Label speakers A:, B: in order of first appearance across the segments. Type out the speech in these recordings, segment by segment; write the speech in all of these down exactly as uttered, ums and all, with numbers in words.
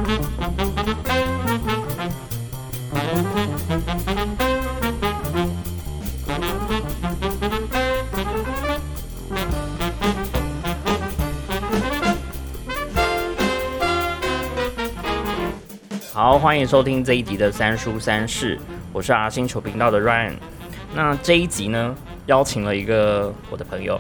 A: 好，欢迎收听这一集的三书三世，我是阿星球频道的 Ryan。那这一集呢，邀请了一个我的朋友，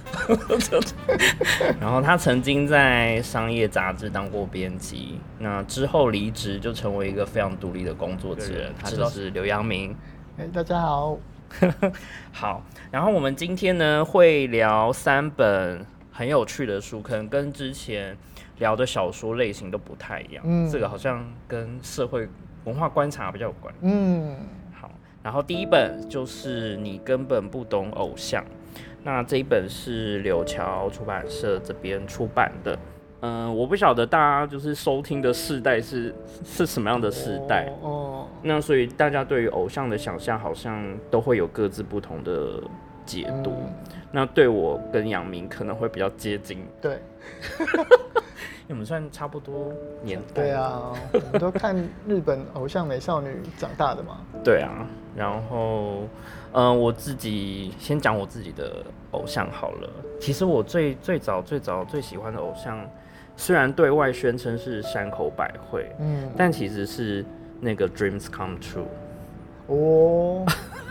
A: 然后他曾经在商业杂志当过编辑，那之后离职就成为一个非常独立的工作之人，他就是刘阳明。
B: 欸、大家好。
A: 好，然后我们今天呢会聊三本很有趣的书，可能跟之前聊的小说类型都不太一样。嗯，这个好像跟社会文化观察比较有关。嗯，好，然后第一本就是你根本不懂偶像，那这一本是柳桥出版社这边出版的。嗯，我不晓得大家就是收听的世代是是什么样的世代哦，哦，那所以大家对于偶像的想象好像都会有各自不同的解读。嗯，那对我跟阳明可能会比较接近。
B: 对，
A: 因为我们算差不多年代。
B: 对啊，我们都看日本偶像美少女长大的嘛。
A: 对啊，然后，嗯，我自己先讲我自己的偶像好了。其实我最最早最早最喜欢的偶像，虽然对外宣称是山口百惠，嗯，但其实是那个 Dreams Come True。哦。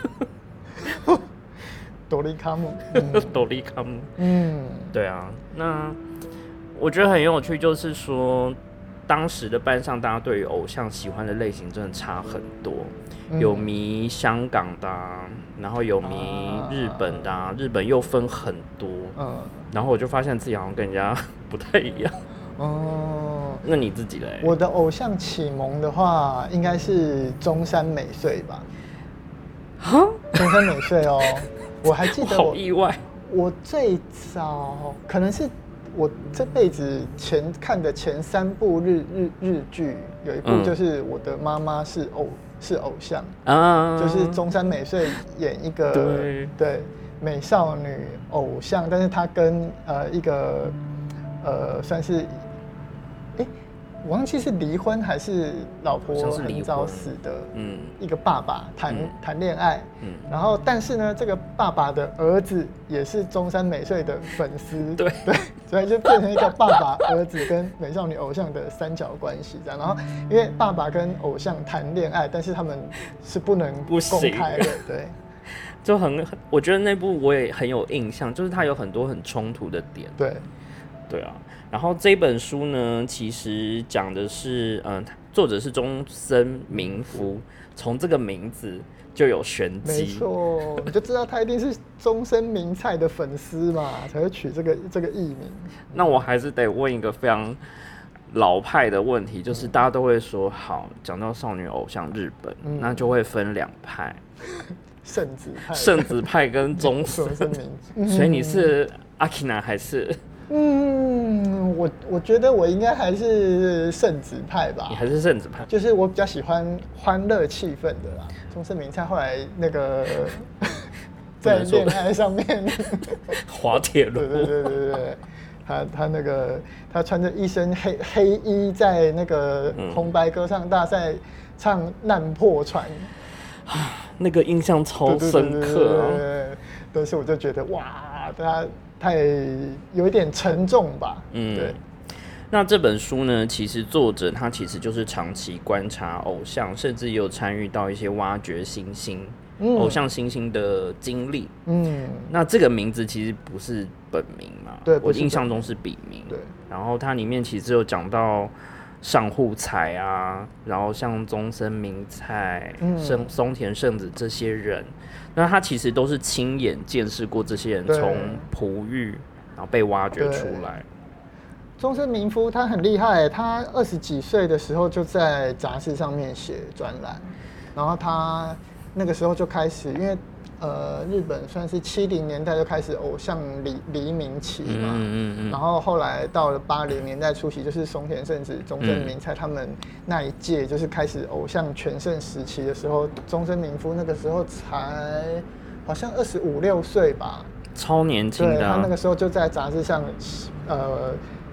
B: 哆莉卡姆。
A: 哆莉卡姆。嗯，对啊，那我觉得很有趣，就是说，当时的班上大家对于偶像喜欢的类型真的差很多，嗯，有迷香港的，啊，然后有迷日本的，啊，日本又分很多，嗯，然后我就发现自己好像跟人家不太一样。哦，那你自己嘞？
B: 我的偶像启蒙的话，应该是中山美穗吧。哈，中山美穗哦，我还记得我，
A: 我好意外。
B: 我最早可能是我这辈子前看的前三部日日日剧，有一部就是我的妈妈是偶是偶像啊，就是中山美穗演一个 对, 对美少女偶像，但是她跟呃一个呃算是哎、欸、我忘记是离婚还是老婆很早死的一个爸爸谈谈恋爱，嗯，然后但是呢，这个爸爸的儿子也是中山美穗的粉丝，对对，所以就变成一个爸爸、儿子跟美少女偶像的三角关系这样。然后因为爸爸跟偶像谈恋爱，但是他们是不能公开的，对，
A: 就很，我觉得那部我也很有印象，就是它有很多很冲突的点，
B: 对，
A: 对啊。然后这本书呢，其实讲的是，嗯，作者是中森明夫，从这个名字就有玄机，
B: 没错，你就知道他一定是中森明菜的粉丝嘛，才会取这个这个艺名。
A: 那我还是得问一个非常老派的问题，就是大家都会说，好，讲到少女偶像日本，嗯，那就会分两派，
B: 圣子派、
A: 圣子派跟中森明，所以你是阿基娜还是？
B: 嗯，我我觉得我应该还是圣子派吧。
A: 你还是圣子派，
B: 就是我比较喜欢欢乐气氛的啦。中森明菜后来那个在恋爱上面
A: 滑铁卢，
B: 对对对对对，他他那个他穿着一身黑黑衣在那个红白歌唱大赛唱《难破船》，
A: 啊，那个印象超深刻啊！
B: 但是我就觉得哇，他。太有一点沉重吧，嗯，对。
A: 那这本书呢，其实作者他其实就是长期观察偶像，甚至也有参与到一些挖掘新星、嗯、偶像新星的经历。嗯，那这个名字其实不是本名嘛，
B: 对，
A: 我印象中是笔名。
B: 对，
A: 然后它里面其实有讲到上户彩啊，然后像中森明菜、嗯、松田圣子这些人。那他其实都是亲眼见识过这些人从璞玉，然后被挖掘出来。
B: 中森明夫他很厉害，他二十几岁的时候就在杂志上面写专栏，然后他那个时候就开始，因为呃日本算是七零年代就开始偶像黎黎明期嘛，嗯嗯嗯，然后后来到了八零年代初期，就是松田圣子、中森明菜他们那一届就是开始偶像全盛时期的时候，中森明夫那个时候才好像二十五六岁吧，
A: 超年轻的、啊。
B: 对，他那个时候就在杂志上，呃，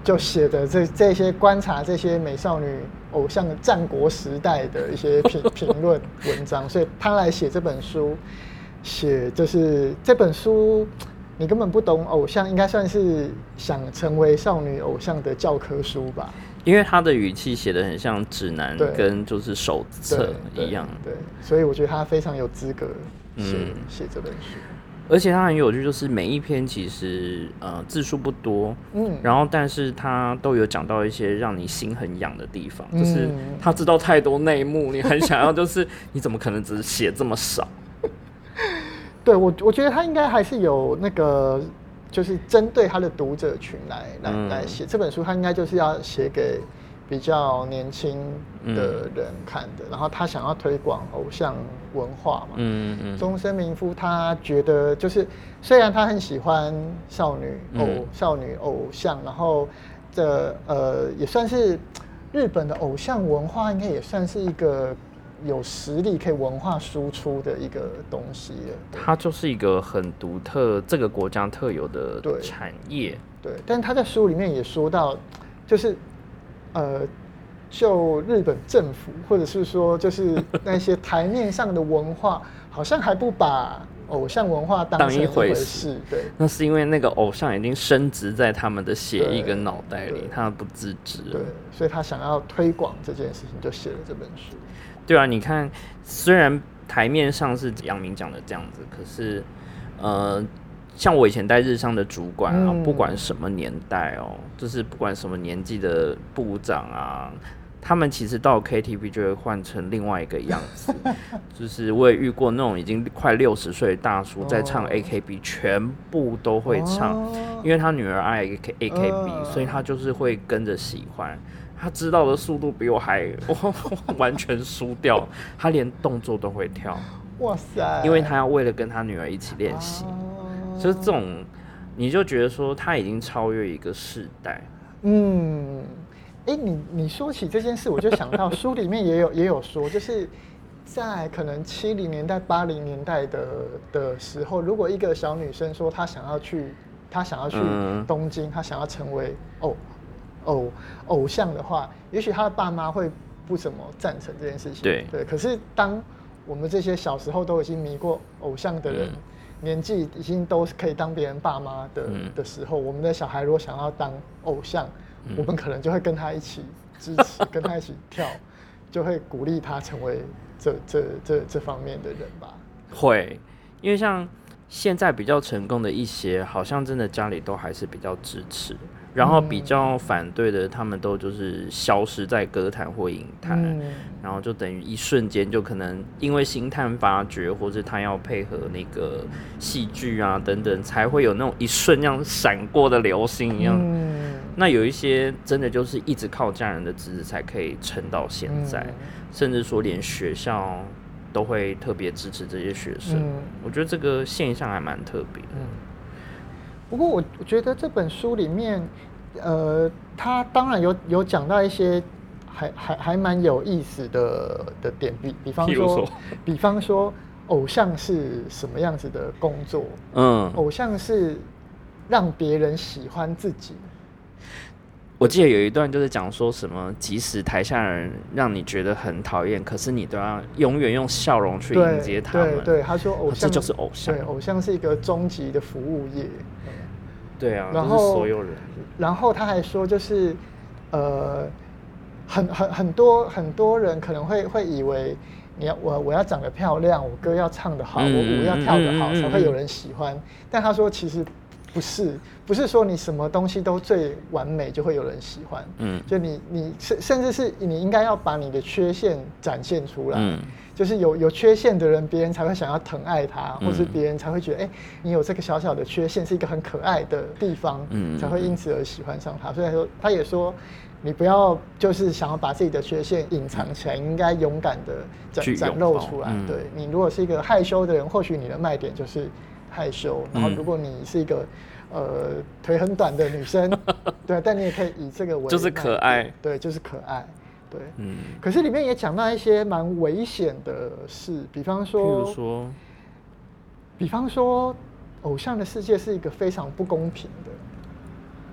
B: 就写的这这些观察这些美少女偶像的战国时代的一些评评论文章，所以他来写这本书，写就是这本书你根本不懂偶像，应该算是想成为少女偶像的教科书吧。
A: 因为他的语气写得很像指南跟就是手册一样，
B: 对，对，所以我觉得他非常有资格写写、嗯、这本书。
A: 而且他很有趣，就是每一篇其实呃字数不多，嗯，然后但是他都有讲到一些让你心很痒的地方，嗯、就是他知道太多内幕，你很想要，就是你怎么可能只是写这么少？
B: 对我，我觉得他应该还是有那个，就是针对他的读者群来来、嗯、来写这本书，他应该就是要写给比较年轻的人看的，嗯、然后他想要推广偶像文化嘛。嗯嗯。中森明夫他觉得就是虽然他很喜欢少女偶、嗯、少女偶像，然后这呃也算是日本的偶像文化，应该也算是一个有实力可以文化输出的一个东西了。
A: 它就是一个很独特这个国家特有的产业。
B: 对，对，但是他在书里面也说到，就是。呃，就日本政府，或者是说，就是那些台面上的文化，好像还不把偶像文化当成一回事。对，
A: 那是因为那个偶像已经深植在他们的血液跟脑袋里，他们不自知。
B: 对，所以他想要推广这件事情，就写了这本书。
A: 对啊，你看，虽然台面上是阳明讲的这样子，可是，呃。像我以前带日商的主管啊，嗯、不管什么年代哦，就是不管什么年纪的部长啊，他们其实到 K T V 就会换成另外一个样子。就是我也遇过那种已经快六十岁的大叔在唱 A K B，、哦、全部都会唱，哦、因为他女儿爱 A K B，、哦、所以他就是会跟着喜欢。他知道的速度比我还完全输掉，他连动作都会跳。
B: 哇塞！
A: 因为他要为了跟他女儿一起练习。哦就是这种，你就觉得说他已经超越一个世代。
B: 嗯，哎、欸，你你说起这件事，我就想到书里面也有也有说，就是在可能七零年代、八零年代的的时候，如果一个小女生说她想要去，她想要去东京，嗯、她想要成为偶偶偶像的话，也许她的爸妈会不怎么赞成这件事情。
A: 对
B: 对，可是当我们这些小时候都已经迷过偶像的人。嗯年纪已经都可以当别人爸妈 的,、嗯、的时候，我们的小孩如果想要当偶像，嗯、我们可能就会跟他一起支持，跟他一起跳，就会鼓励他成为这这这这方面的人吧。
A: 会，因为像现在比较成功的一些，好像真的家里都还是比较支持。然后比较反对的，他们都就是消失在歌坛或影坛，嗯、然后就等于一瞬间就可能因为星探发掘，或者他要配合那个戏剧啊等等，才会有那种一瞬那样闪过的流星一样。嗯、那有一些真的就是一直靠家人的支持才可以撑到现在，嗯、甚至说连学校都会特别支持这些学生。嗯、我觉得这个现象还蛮特别的。嗯
B: 不过我我觉得这本书里面，呃，他当然有有讲到一些还还还蛮有意思的的点，比比方说，说比方说，偶像是什么样子的工作？嗯，偶像是让别人喜欢自己。
A: 我记得有一段就是讲说什么，即使台下人让你觉得很讨厌，可是你都要永远用笑容去迎接他们。
B: 对 对, 对，他说偶像、
A: 哦、这就是偶像，
B: 对，偶像是一个终极的服务业。
A: 对啊，
B: 然后
A: 就是所有人。
B: 然后他还说，就是呃，很很很多很多人可能会会以为，你要我我要长得漂亮，我歌要唱得好，嗯、我舞要跳得好，嗯、才会有人喜欢。嗯、但他说其实不是，不是说你什么东西都最完美就会有人喜欢。嗯，就你你甚甚至是你应该要把你的缺陷展现出来。嗯。就是有有缺陷的人，别人才会想要疼爱他，嗯、或是别人才会觉得，哎、欸，你有这个小小的缺陷是一个很可爱的地方，嗯、才会因此而喜欢上他。所以说，他也说，你不要就是想要把自己的缺陷隐藏起来，你应该勇敢的展展露出来。嗯、对你如果是一个害羞的人，或许你的卖点就是害羞；然后如果你是一个呃腿很短的女生，对，但你也可以以这个为
A: 就是可爱，
B: 对，就是可爱。对，嗯，可是里面也讲到一些蛮危险的事，比方说，
A: 譬如说，
B: 比方说，偶像的世界是一个非常不公平的。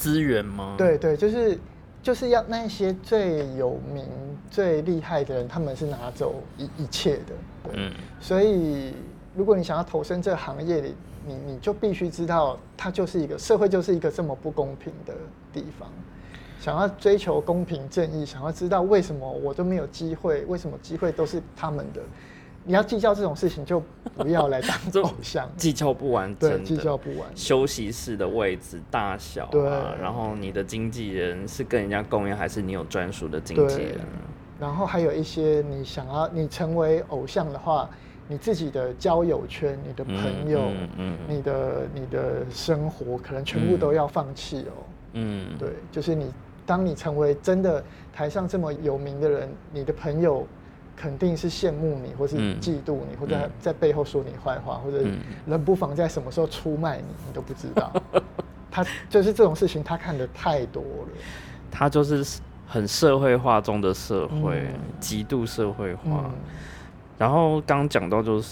A: 资源吗？
B: 对对，就是就是要那些最有名、最厉害的人，他们是拿走一一切的。嗯，所以如果你想要投身这个行业里，你你就必须知道，它就是一个社会，就是一个这么不公平的地方。想要追求公平正义，想要知道为什么我都没有机会，为什么机会都是他们的。你要计较这种事情，就不要来当偶像。
A: 计较不完，真的
B: 对，计较不完。
A: 休息室的位置大小、啊，对，然后你的经纪人是跟人家共用，还是你有专属的经纪人？
B: 然后还有一些你想要你成为偶像的话，你自己的交友圈、你的朋友、嗯嗯嗯、你的你的生活，可能全部都要放弃哦。嗯，对，就是你当你成为真的台上这么有名的人，你的朋友肯定是羡慕你，或是嫉妒你，嗯、或者在背后说你坏话，或者冷不防在什么时候出卖你，你都不知道。他就是这种事情，他看得太多了。
A: 他就是很社会化中的社会，极、嗯、度社会化。嗯、然后刚讲到就是，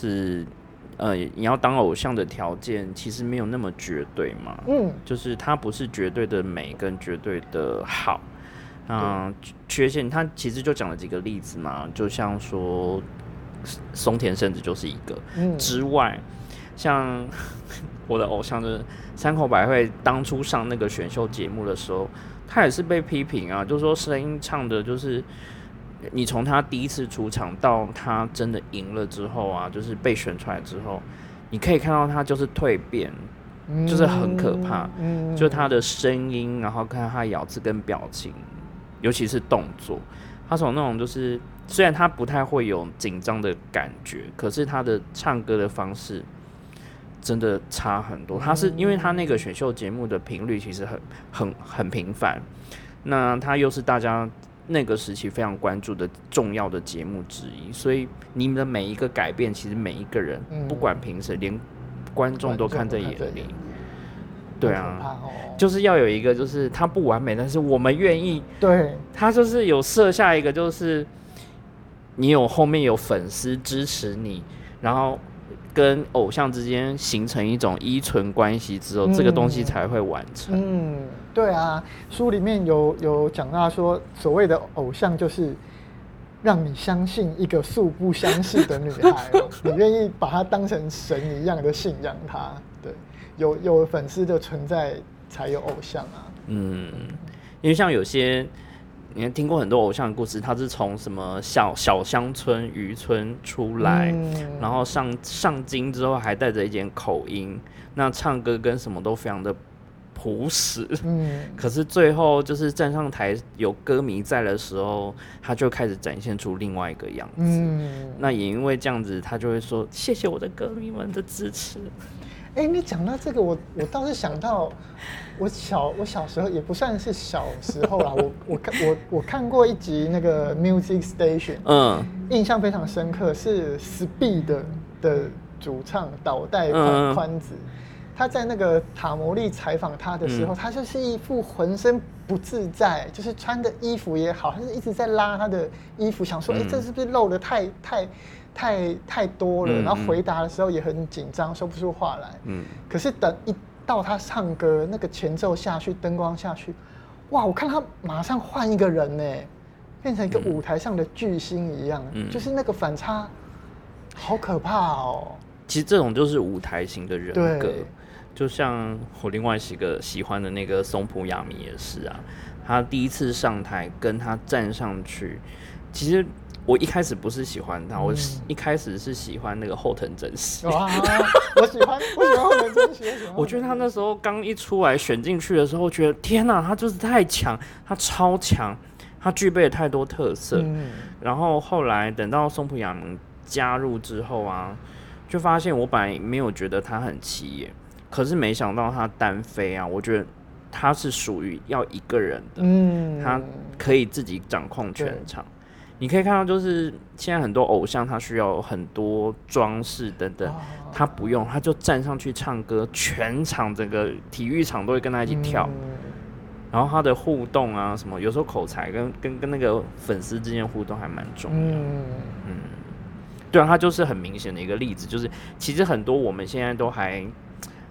A: 呃，你要当偶像的条件其实没有那么绝对嘛。嗯，就是它不是绝对的美跟绝对的好。嗯，缺陷，他其实就讲了几个例子嘛，就像说松田圣子就是一个、嗯、之外，像我的偶像就是山口百惠，当初上那个选秀节目的时候，他也是被批评啊，就是说声音唱的，就是你从他第一次出场到他真的赢了之后啊，就是被选出来之后，你可以看到他就是蜕变。就是很可怕，嗯嗯、就他的声音，然后看他咬字跟表情。尤其是动作，他从那种就是虽然他不太会有紧张的感觉，可是他的唱歌的方式真的差很多。他是因为他那个选秀节目的频率其实很很很频繁，那他又是大家那个时期非常关注的重要的节目之一，所以你们的每一个改变，其实每一个人、嗯、不管评审，连观众都看在眼里。对啊，就是要有一个，就是他不完美，但是我们愿意。
B: 对，
A: 他就是有设下一个，就是你有后面有粉丝支持你，然后跟偶像之间形成一种依存关系之后、嗯，这个东西才会完成。
B: 嗯，对啊，书里面有有讲到说，所谓的偶像就是让你相信一个素不相识的女孩，你愿意把她当成神一样的信仰她。对。有有粉丝的存在才有偶像啊。
A: 嗯，因为像有些你听过很多偶像的故事，他是从什么小小乡村渔村出来、嗯，然后上上京之后还带着一点口音，那唱歌跟什么都非常的朴实。嗯，可是最后就是站上台有歌迷在的时候，他就开始展现出另外一个样子。嗯，那也因为这样子，他就会说谢谢我的歌迷们的支持。
B: 哎、欸，你讲到这个，我我倒是想到，我小我小时候也不算是小时候啦，我我看我我看过一集那个 Music Station， 嗯，印象非常深刻，是 Speed 的, 的主唱岛袋宽宽子，他在那个塔摩利采访他的时候、嗯，他就是一副浑身不自在，就是穿的衣服也好，他是一直在拉他的衣服，想说，哎、欸，这是不是露得太太。太太多了，然后回答的时候也很紧张，说不出话来。嗯，可是等一到他唱歌，那个前奏下去，灯光下去，哇！我看他马上换一个人呢，变成一个舞台上的巨星一样，嗯、就是那个反差，好可怕哦。
A: 其实这种就是舞台型的人格，就像我另外一个喜欢的那个松浦亚弥也是啊，他第一次上台跟他站上去，其实。我一开始不是喜欢他，嗯、我一开始是喜欢那个后藤真希。
B: 哇，我喜欢，我喜欢后藤真希。
A: 我觉得他那时候刚一出来选进去的时候，觉得天哪，他就是太强，他超强，他具备了太多特色。嗯、然后后来等到松浦亚弥加入之后啊，就发现我本来没有觉得他很起眼，可是没想到他单飞啊，我觉得他是属于要一个人的，嗯，他可以自己掌控全场。你可以看到，就是现在很多偶像，他需要很多装饰等等，他不用，他就站上去唱歌，全场整个体育场都会跟他一起跳。嗯、然后他的互动啊，什么有时候口才跟跟跟那个粉丝之间互动还蛮重要的。嗯嗯，对啊，他就是很明显的一个例子，就是其实很多我们现在都还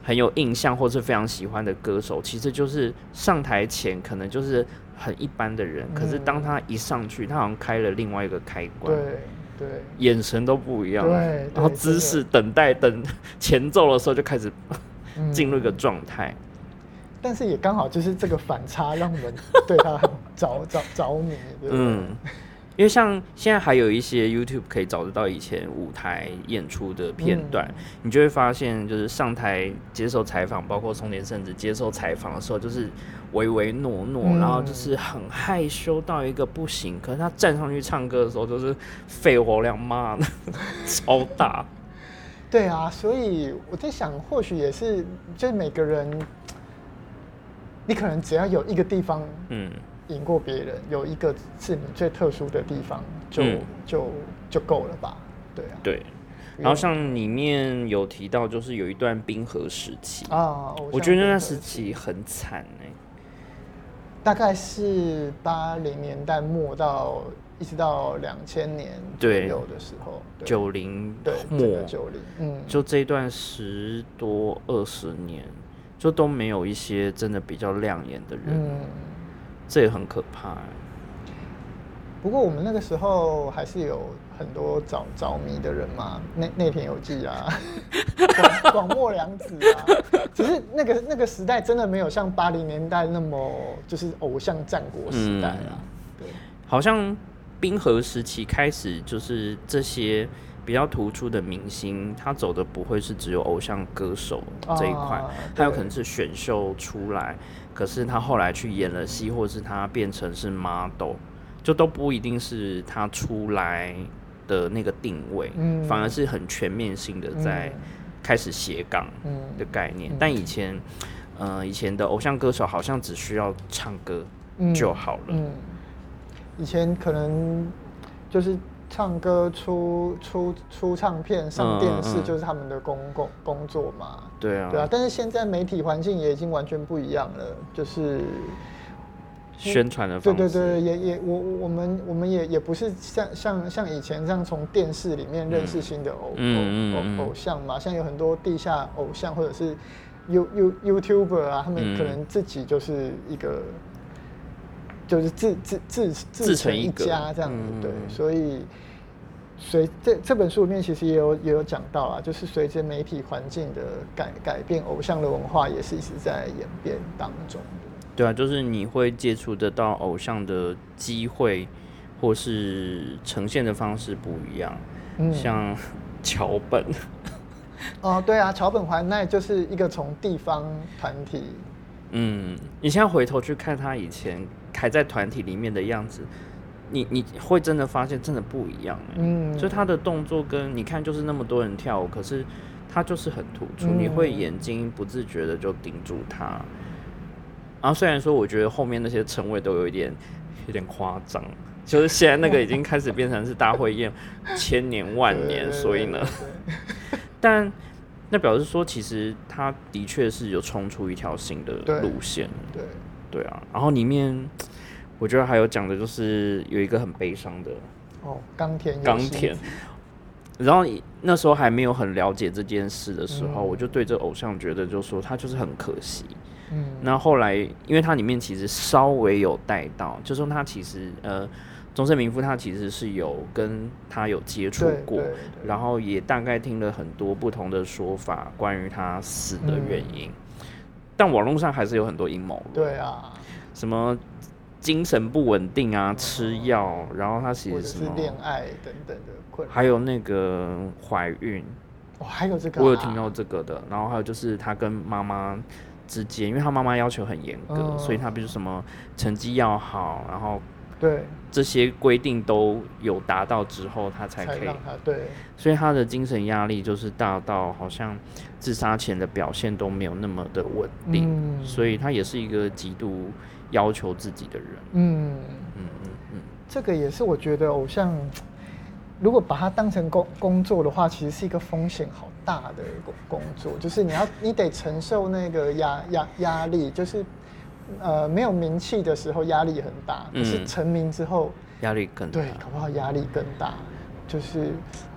A: 很有印象或是非常喜欢的歌手，其实就是上台前可能就是很一般的人，嗯、可是当他一上去，他好像开了另外一个开关，
B: 对对，
A: 眼神都不一样，
B: 对，
A: 然后姿势等待等前奏的时候就开始进入一个状态。嗯，
B: 但是也刚好就是这个反差，让我们对他很着着着迷。嗯，
A: 因为像现在还有一些 YouTube 可以找得到以前舞台演出的片段，嗯、你就会发现，就是上台接受采访，包括松田圣子接受采访的时候，就是唯唯诺诺，嗯、然后就是很害羞到一个不行。可是他站上去唱歌的时候，就是肺活量妈的超大。
B: 对啊，所以我在想，或许也是，就是每个人。你可能只要有一个地方，嗯，赢过别人，有一个是你最特殊的地方，就、嗯、就就够了吧？对啊，
A: 对。然后像里面有提到，就是有一段冰河时期啊，我觉得那时期很惨哎、欸。
B: 大概是八零年代末到一直到两千年左右的时候，
A: 九零末九零，嗯，就这一段十多二十年。就都没有一些真的比较亮眼的人，嗯、这也很可怕、欸。
B: 不过我们那个时候还是有很多着着迷的人嘛，内内田有纪啊，广广末凉子啊，只是那个那个时代真的没有像八零年代那么就是偶像战国时代啊。嗯、对，
A: 好像冰河时期开始就是这些。比较突出的明星，他走的不会是只有偶像歌手这一块，啊、他有可能是选秀出来，可是他后来去演了戏，或是他变成是 model， 就都不一定是他出来的那个定位，嗯、反而是很全面性的在开始斜杠的概念。嗯、但以前，呃，以前的偶像歌手好像只需要唱歌就好了。嗯嗯、
B: 以前可能就是。唱歌出出出唱片上电视就是他们的工工工作嘛，
A: 对啊，
B: 对啊。但是现在媒体环境也已经完全不一样了，就是
A: 宣传的方式，
B: 对对对，也也我我们我们也也不是像像像以前这样从电视里面认识新的偶、嗯、偶偶偶像嘛，像有很多地下偶像或者是 You You YouTuber 啊，他们可能自己就是一个。就是自自自自成一家这样子，嗯、对，所以随这这本书里面其实也有也有讲到啊，就是随着媒体环境的改改变，偶像的文化也是一直在演变当中的。
A: 对啊，就是你会接触得到偶像的机会，或是呈现的方式不一样，嗯、像桥本。
B: 哦，对啊，桥本环奈就是一个从地方团体。
A: 嗯，你现在回头去看他以前还在团体里面的样子，你你会真的发现真的不一样哎、欸。嗯，就他的动作跟你看就是那么多人跳舞，可是他就是很突出，嗯、你会眼睛不自觉的就盯住他。然后虽然说我觉得后面那些称谓都有一点有点夸张，就是现在那个已经开始变成是大会宴千年万年，所以呢，但。那表示说，其实他的确是有冲出一条新的路线，
B: 对
A: 对啊。然后里面，我觉得还有讲的就是有一个很悲伤的
B: 哦，冈田
A: 冈田。然后那时候还没有很了解这件事的时候，嗯、我就对这偶像觉得，就说他就是很可惜。嗯。那后来，因为它里面其实稍微有带到，就说他其实呃。中森明夫他其实是有跟他有接触过，然后也大概听了很多不同的说法关于他死的原因，嗯、但网络上还是有很多阴谋。
B: 对啊，
A: 什么精神不稳定啊，嗯、吃药，然后他其实什么
B: 恋爱等等的困扰，
A: 还有那个怀孕，
B: 哦，还有这个、啊，
A: 我有听到这个的。然后还有就是他跟妈妈之间，因为他妈妈要求很严格，嗯、所以他必须什么成绩要好，然后。
B: 对，
A: 这些规定都有达到之后，他才可以。
B: 才让他对，
A: 所以他的精神压力就是大到好像自杀前的表现都没有那么的稳定，嗯、所以他也是一个极度要求自己的人。嗯
B: 嗯嗯嗯，这个也是我觉得偶像，如果把它当成工工作的话，其实是一个风险好大的工作，就是你要你得承受那个压压压力，就是。呃，没有名气的时候压力很大，可是成名之后
A: 压力更大，
B: 对，搞不好压力更大。就是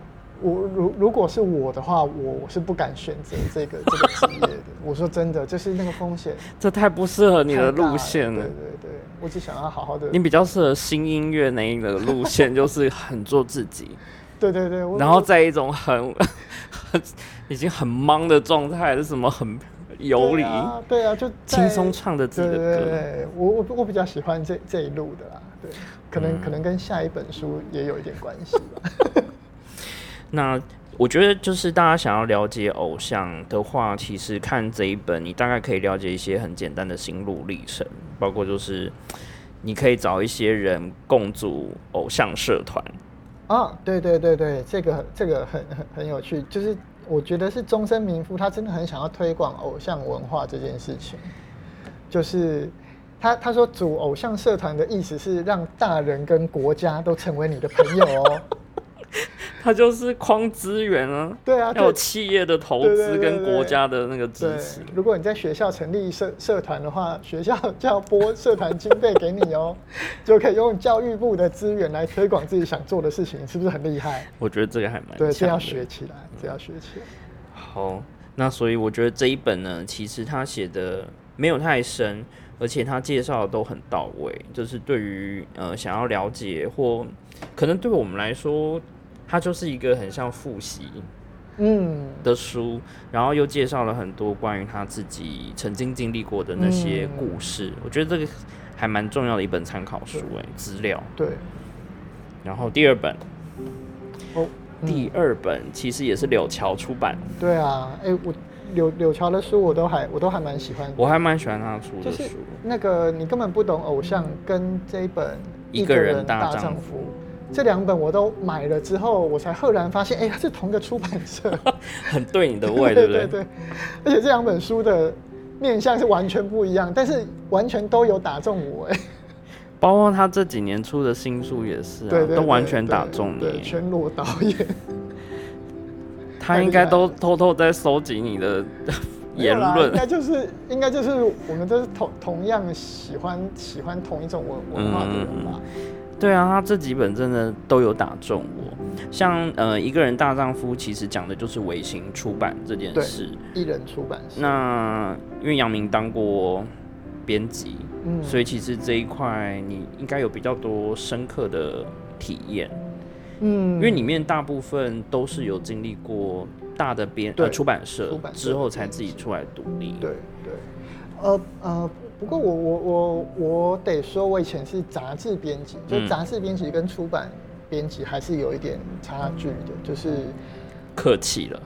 B: 我如如果是我的话，我我是不敢选择这个这个职业的。我说真的，就是那个风险，
A: 这太不适合你的路线了。
B: 对对对，我只想要好好的。
A: 你比较适合新音乐那一个路线，就是很做自己。
B: 对对对，
A: 然后在一种很很已经很忙的状态，是什么很游离？
B: 对啊，就
A: 轻松唱着自己的歌。
B: 对对对，我我我比较喜欢这这一路的啦。对，可能、嗯、可能跟下一本书也有一点关系吧。
A: 那我觉得就是大家想要了解偶像的话，其实看这一本，你大概可以了解一些很简单的心路历程，包括就是你可以找一些人共组偶像社团。
B: 啊，对对对对，这个这个很很很有趣，就是我觉得是中森明夫他真的很想要推广偶像文化这件事情，就是他他说组偶像社团的意思是让大人跟国家都成为你的朋友哦。
A: 他就是框资源啊，
B: 对啊，
A: 要有企业的投资跟国家的那个支持。
B: 如果你在学校成立社社团的话，学校就要拨社团经费给你哦，就可以用教育部的资源来推广自己想做的事情，是不是很厉害？
A: 我觉得这个还蛮强的。
B: 对，这要学起来，这要学起来。
A: 好，那所以我觉得这一本呢，其实他写的没有太深，而且他介绍的都很到位，就是对于呃想要了解或可能对我们来说。它就是一个很像复习嗯的书，然后又介绍了很多关于他自己曾经经历过的那些故事，嗯、我觉得这个还蛮重要的一本参考书哎，资料。
B: 对。
A: 然后第二本，
B: 哦，嗯、
A: 第二本其实也是柳桥出版。
B: 对啊，哎、欸，我柳柳桥的书我都还我都还蛮喜欢的，
A: 我还蛮喜欢他出的书。就是
B: 那个你根本不懂偶像跟这一本
A: 一个人大丈夫。
B: 这两本我都买了之后，我才赫然发现，哎、欸，它是同个出版社，
A: 很对你的胃，对不对？
B: 对对对。而且这两本书的面向是完全不一样，但是完全都有打中我，哎。
A: 包括他这几年出的新书也是啊，
B: 对对对对，
A: 都完全打中你。
B: 对，全裸导演，
A: 他应该都偷偷在收集你的言论。
B: 应该就是应该就是我们都是同同样喜欢喜欢同一种文文化的人吧。嗯
A: 对啊，他这几本真的都有打中我。像呃，一个人大丈夫，其实讲的就是微型出版这件事。
B: 一人出版社。
A: 那因为阳明当过编辑，嗯，所以其实这一块你应该有比较多深刻的体验。嗯，因为里面大部分都是有经历过大的编呃出版社之后才自己出来独立。
B: 对对，呃呃。不过我我我我得说，我以前是杂志编辑，就杂志编辑跟出版编辑还是有一点差距的，就是
A: 客气了，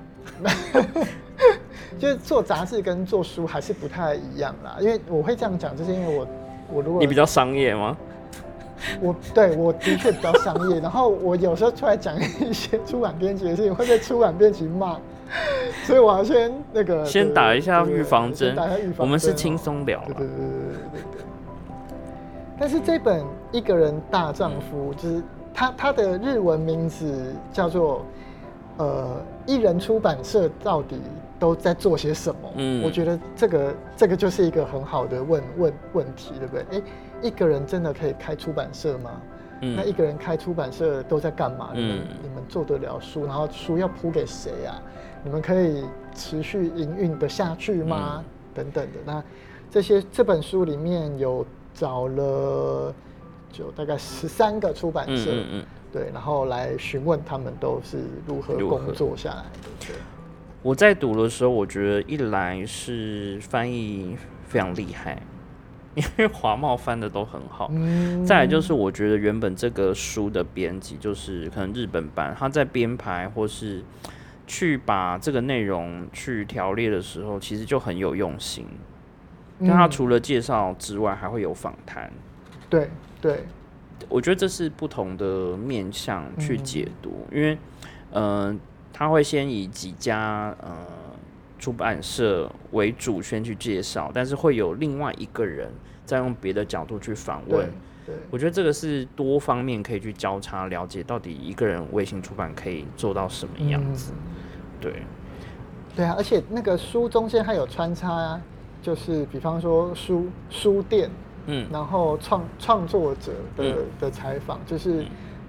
B: 就是做杂志跟做书还是不太一样啦。因为我会这样讲，就是因为我我如果
A: 你比较商业吗？
B: 我对我的确比较商业，然后我有时候出来讲一些出版编辑的事情，会被出版编辑骂。所以我要先那个
A: 先打一下预防针，我们是轻松聊了。
B: 对对对对对对。但是这本《一个人大丈夫》就是它它的日文名字叫做呃一人出版社到底都在做些什么？嗯，我觉得这个这个就是一个很好的问问问题，对不对？哎，一个人真的可以开出版社吗？嗯、那一个人开出版社都在干嘛？你们、嗯、你们做得了书？然后书要铺给谁啊？你们可以持续营运的下去吗？嗯、等等的。那这些这本书里面有找了就大概十三个出版社，嗯嗯嗯对，然后来询问他们都是如何工作下来的。对，
A: 我在读的时候，我觉得一来是翻译非常厉害。因为华茂翻的都很好，嗯、再来就是我觉得原本这个书的编辑就是可能日本版，他在编排或是去把这个内容去条列的时候，其实就很有用心。但他除了介绍之外，还会有访谈。
B: 对对，
A: 我觉得这是不同的面向去解读，嗯、因为呃，他会先以几家呃。出版社为主先去介绍，但是会有另外一个人再用别的角度去访问。
B: 对，对
A: 我觉得这个是多方面可以去交叉了解，到底一个人微型出版可以做到什么样子。嗯、对，
B: 对啊，而且那个书中间还有穿插、啊，就是比方说书书店，嗯，然后创创作者的、嗯、的采访，就是。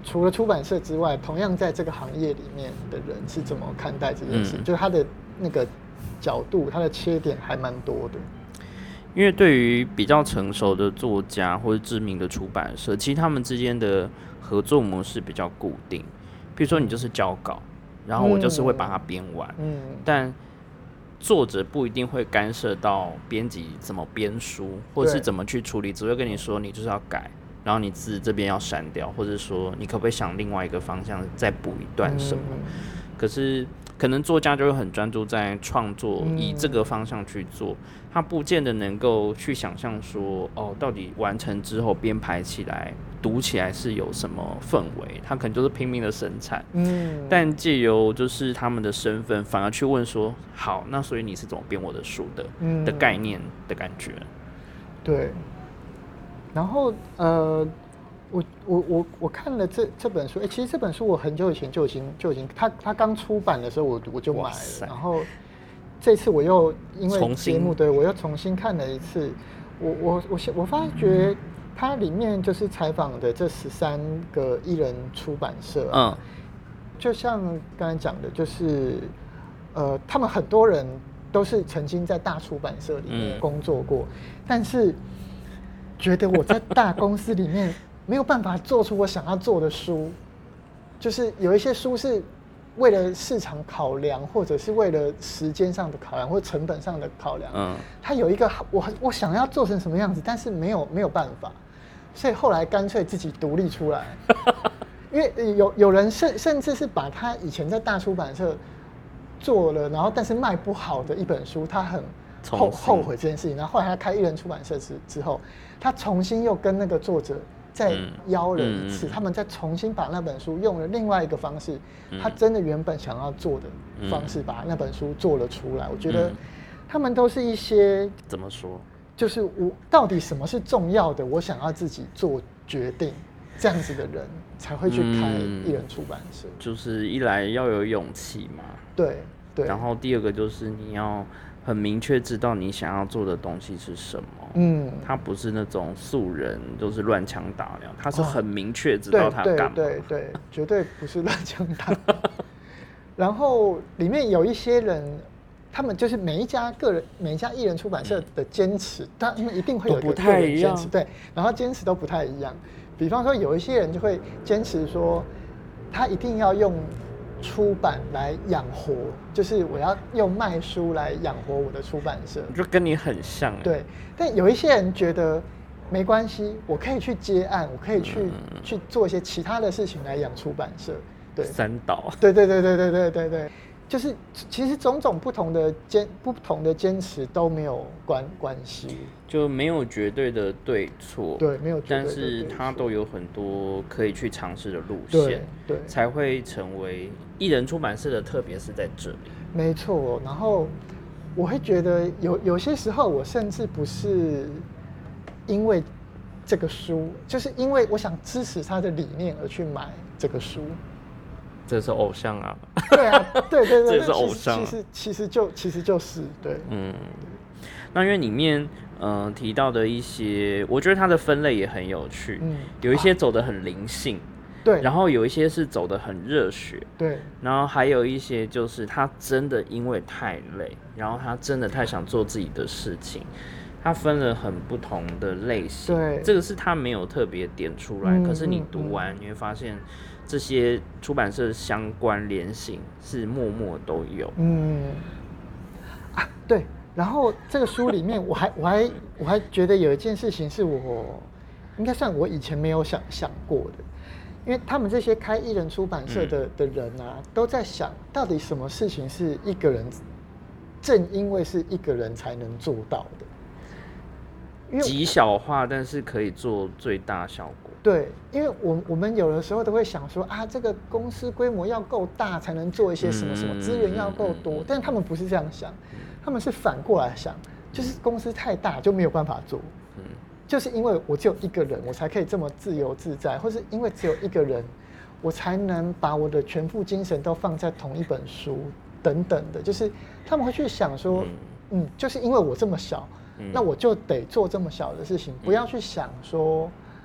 B: 除了出版社之外，同样在这个行业里面的人是怎么看待这件事？嗯、就是他的那个角度，他的切点还蛮多的。
A: 因为对于比较成熟的作家或者知名的出版社，其实他们之间的合作模式比较固定。比如说，你就是交稿，然后我就是会把它编完，嗯，但作者不一定会干涉到编辑怎么编书，或者是怎么去处理，只会跟你说你就是要改，然后你字这边要删掉，或者说你可不可以想另外一个方向再补一段什么？嗯、可是可能作家就会很专注在创作，以这个方向去做，他不见得能够去想象说，哦，到底完成之后编排起来、读起来是有什么氛围？他可能就是拼命的生产，嗯，但借由就是他们的身份，反而去问说，好，那所以你是怎么编我的书的？嗯、的概念的感觉，
B: 对。然后呃。我我我我看了这这本书，哎、欸，其实这本书我很久以前就已经就已经，它它刚出版的时候我我就买了，然后这次我又因为节目，对我又重新看了一次，我我我我发觉它里面就是采访的这十三个艺人出版社、啊，嗯，就像刚才讲的，就是呃，他们很多人都是曾经在大出版社里面工作过，嗯、但是觉得我在大公司里面。没有办法做出我想要做的书，就是有一些书是为了市场考量，或者是为了时间上的考量，或成本上的考量。嗯，它有一个我我想要做成什么样子，但是没有没有办法，所以后来干脆自己独立出来。因为有有人甚甚至是把他以前在大出版社做了，然后但是卖不好的一本书，他很后后悔这件事情。然后后来他开艺人出版社之之后，他重新又跟那个作者。再邀了一次，嗯嗯、他们再重新把那本书用了另外一个方式，嗯、他真的原本想要做的方式，把那本书做了出来。我觉得他们都是一些
A: 怎么说，
B: 就是我到底什么是重要的，我想要自己做决定，这样子的人才会去开艺人出版社。
A: 嗯、就是一来要有勇气嘛，
B: 对对，
A: 然后第二个就是你要很明确知道你想要做的东西是什么。嗯，他不是那种素人，就是乱枪打鸟，他是很明确知道他干嘛。
B: 对对 对, 对，绝对不是乱枪打鸟。然后里面有一些人，他们就是每一家个人、每一家艺人出版社的坚持，他们一定会有一个个人坚持，对，然后坚持都不太一样。比方说，有一些人就会坚持说，他一定要用出版来养活，就是我要用卖书来养活我的出版社，
A: 就跟你很像。
B: 对，但有一些人觉得没关系，我可以去接案，我可以去、嗯、去做一些其他的事情来养出版社。对，
A: 三岛。
B: 对对对对对对对对，就是其实种种不同的坚不同的坚持都没有关关系，
A: 就没有绝对的对错。
B: 对，没有绝对的对错，
A: 但是它都有很多可以去尝试的路线，对，对，才会成为艺人出版社的特别是在这里。
B: 没错，然后我会觉得有有些时候，我甚至不是因为这个书，就是因为我想支持他的理念而去买这个书。
A: 这是偶像啊！
B: 对啊，对对对，
A: 这是偶像、啊。
B: 其实其实就其实就是对，嗯。
A: 那因为里面呃提到的一些，我觉得它的分类也很有趣，嗯，有一些走得很灵性，啊、
B: 对，
A: 然后有一些是走得很热血，
B: 对，
A: 然后还有一些就是他真的因为太累，然后他真的太想做自己的事情。它分了很不同的类型，
B: 对，
A: 这个是他没有特别点出来，嗯、可是你读完、嗯、你会发现这些出版社相关联性是默默都有。嗯，
B: 啊，对。然后这个书里面，我还我还我还觉得有一件事情是我应该算我以前没有想想过的，因为他们这些开艺人出版社的、嗯、的人啊，都在想到底什么事情是一个人，正因为是一个人才能做到的。
A: 极小化，但是可以做最大效果。
B: 对，因为我我们有的时候都会想说啊，这个公司规模要够大才能做一些什么什么，资源要够多，但是他们不是这样想，他们是反过来想，就是公司太大就没有办法做，嗯，就是因为我只有一个人，我才可以这么自由自在，或是因为只有一个人，我才能把我的全副精神都放在同一本书等等的，就是他们会去想说，嗯，就是因为我这么小。那我就得做这么小的事情，不要去想说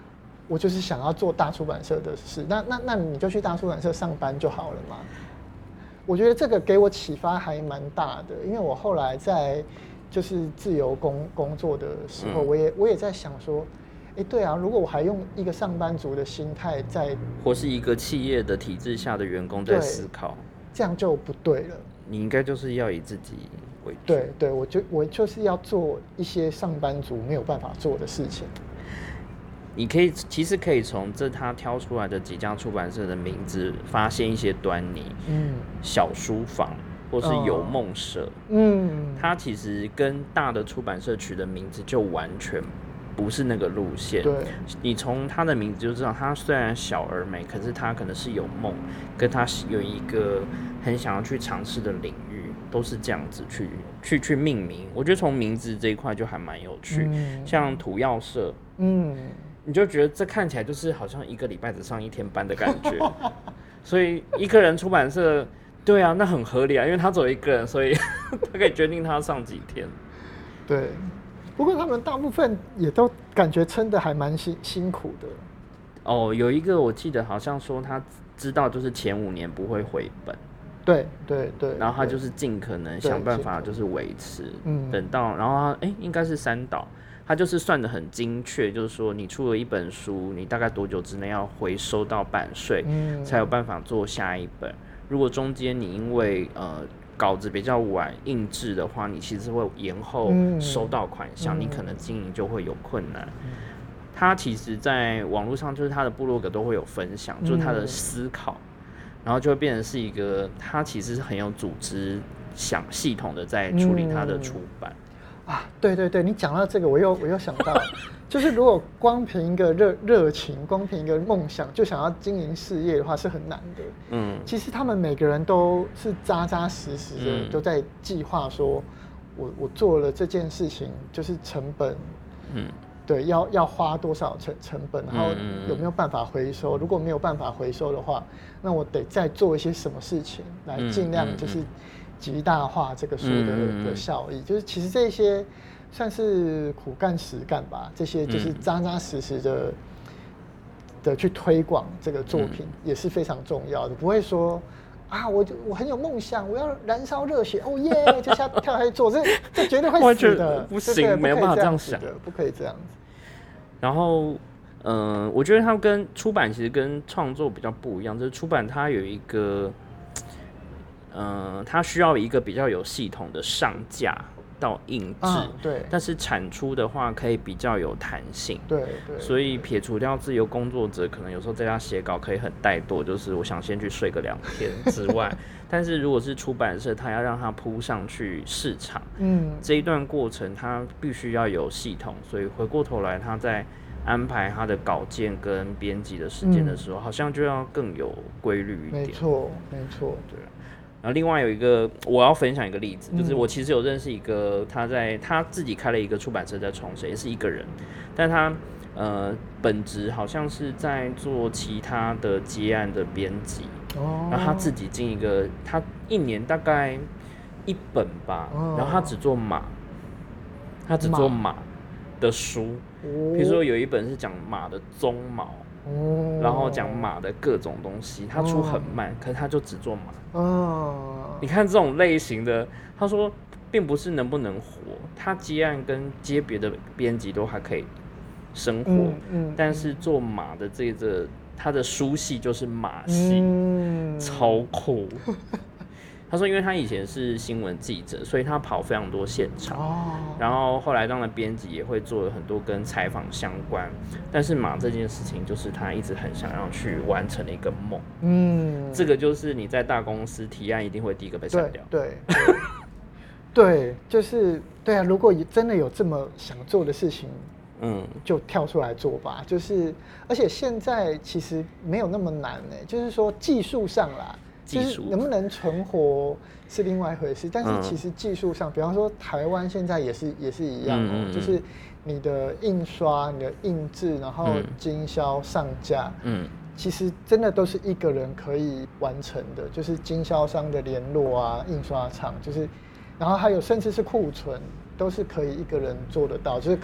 B: 我就是想要做大出版社的事，那那那你就去大出版社上班就好了嘛。我觉得这个给我启发还蛮大的，因为我后来在就是自由工工作的时候，嗯、我也我也在想说，哎，对啊，如果我还用一个上班族的心态在，
A: 或是一个企业的体制下的员工在思考，
B: 这样就不对了。
A: 你应该就是要以自己为主。
B: 对对，我就我就是要做一些上班族没有办法做的事情。
A: 你可以其实可以从这他挑出来的几家出版社的名字发现一些端倪。嗯，小书房或是有梦社，嗯，它其实跟大的出版社取的名字就完全不是那个路线。
B: 对，
A: 你从他的名字就知道，他虽然小而美，可是他可能是有梦，跟他有一个很想要去尝试的领域，都是这样子去去去命名。我觉得从名字这一块就还蛮有趣，嗯、像土药社，嗯。你就觉得这看起来就是好像一个礼拜只上一天班的感觉，所以一个人出版社，对啊，那很合理啊，因为他只有一个人，所以他可以决定他上几天。
B: 对，不过他们大部分也都感觉撑得还蛮辛辛苦的。
A: 哦，有一个我记得好像说他知道就是前五年不会回本。
B: 对对对，
A: 然后他就是尽可能想办法就是维持，嗯，等到然后他哎应该是三岛。他就是算得很精确，就是说你出了一本书，你大概多久之内要回收到版税，嗯、才有办法做下一本。如果中间你因为呃稿子比较晚印制的话，你其实会延后收到款项，嗯、你可能经营就会有困难。嗯、他其实在网络上就是他的部落格都会有分享，就是他的思考，然后就会变成是一个他其实是很有组织、想系统的在处理他的出版。嗯
B: 啊，对对对，你讲到这个，我又我又想到，就是如果光凭一个热热情，光凭一个梦想就想要经营事业的话，是很难的。嗯，其实他们每个人都是扎扎实实的，嗯、都在计划说，我我做了这件事情，就是成本，嗯，对，要要花多少成成本，然后有没有办法回收？如果没有办法回收的话，那我得再做一些什么事情来尽量就是。极大化这个书的、嗯、的效益，就是其实这些算是苦干实干吧，这些就是扎扎实实的、嗯、的去推广这个作品、嗯、也是非常重要的，不会说啊，我我很有梦想，我要燃烧热血，哦耶，就下跳下去做，这这绝对会死的，
A: 不行，没有办法这样想
B: 的，不可以这样子。
A: 然后，嗯、呃，我觉得它跟出版其实跟创作比较不一样，就是出版它有一个。呃，它需要一个比较有系统的上架到印制、啊，对。但是产出的话，可以比较有弹性，
B: 对对。
A: 所以撇除掉自由工作者，可能有时候在家写稿可以很怠惰，就是我想先去睡个两天之外，但是如果是出版社，它要让它铺上去市场，嗯，这一段过程它必须要有系统，所以回过头来，它在安排它的稿件跟编辑的时间的时候、嗯，好像就要更有规律一点。
B: 没错，没错，
A: 对。然后另外有一个我要分享一个例子，就是我其实有认识一个，他在他自己开了一个出版社在冲绳，也是一个人，但他呃本职好像是在做其他的接案的编辑，哦，然后他自己进一个，他一年大概一本吧，哦、然后他只做马，他只做马的书，比如说有一本是讲马的鬃毛。哦、然后讲马的各种东西，他出很慢，哦、可是他就只做马。哦，你看这种类型的，他说并不是能不能活，他接案跟接别的编辑都还可以生活，嗯嗯、但是做马的这个他的书系就是马系，嗯、超酷。他说，因为他以前是新闻记者，所以他跑非常多现场。哦。然后后来当了编辑，也会做了很多跟采访相关。但是马这件事情，就是他一直很想要去完成的一个梦。嗯。这个就是你在大公司提案，一定会第一个被删掉。
B: 对。对, 对，就是对啊。如果真的有这么想做的事情，嗯，就跳出来做吧。就是，而且现在其实没有那么难呢、欸，就是说技术上啦。就是能不能存活是另外一回事，但是其实技术上，嗯、比方说台湾现在也是也是一样哦、喔嗯嗯嗯，就是你的印刷、你的印制，然后经销、上架，嗯，其实真的都是一个人可以完成的，就是经销商的联络啊，印刷厂，就是，然后还有甚至是库存，都是可以一个人做得到，就是可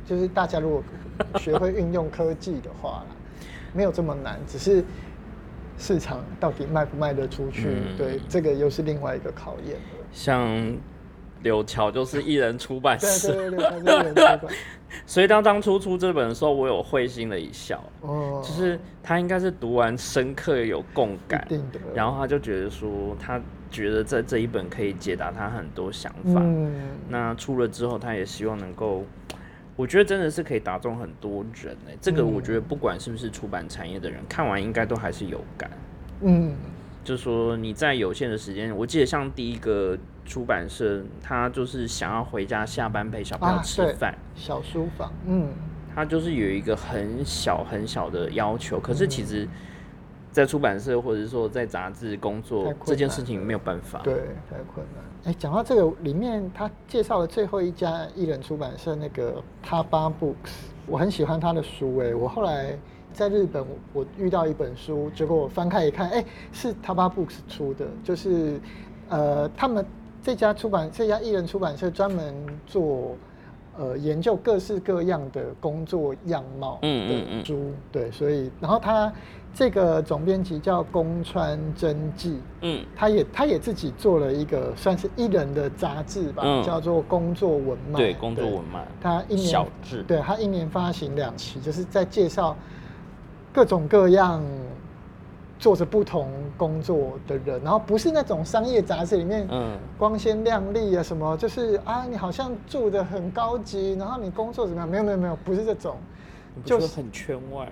B: 就是大家如果学会运用科技的话啦，没有这么难，只是市场到底卖不卖得出去，嗯、对，这个又是另外一个考验了。
A: 像柳桥就是一人出版社，
B: 对对对，他是一人出版。
A: 所以当当初出这本的时候，我有会心的一笑，哦，就是他应该是读完深刻有共感，然后他就觉得说，他觉得在这一本可以解答他很多想法。嗯，那出了之后，他也希望能够，我觉得真的是可以打中很多人哎、欸。这个我觉得不管是不是出版产业的人，看完应该都还是有感。嗯，就是说你在有限的时间，我记得像第一个出版社，他就是想要回家下班陪小朋友吃饭、啊，
B: 小书房，嗯，
A: 他就是有一个很小很小的要求，可是其实，在出版社或者说在杂志工作这件事情没有办法，
B: 对，太困难。哎、欸，讲到这个里面，他介绍了最后一家艺人出版社那个 Taba Books， 我很喜欢他的书、欸，哎，我后来在日本我，我遇到一本书，结果我翻开一看，哎、欸，是 Taba Books 出的，就是呃他们。这家出版这家艺人出版社专门做呃研究各式各样的工作样貌的书，嗯嗯嗯对，所以然后他这个总编辑叫宫川真纪，嗯，他也他也自己做了一个算是艺人的杂志吧，嗯、叫做工作文脉，
A: 对，工作文脉，
B: 他一年
A: 小志，
B: 对他一年发行两期，就是在介绍各种各样。做着不同工作的人，然后不是那种商业杂志里面光鲜亮丽啊什么，就是啊你好像住得很高级，然后你工作怎么样？没有没有没有，不是这种，
A: 就是很圈外。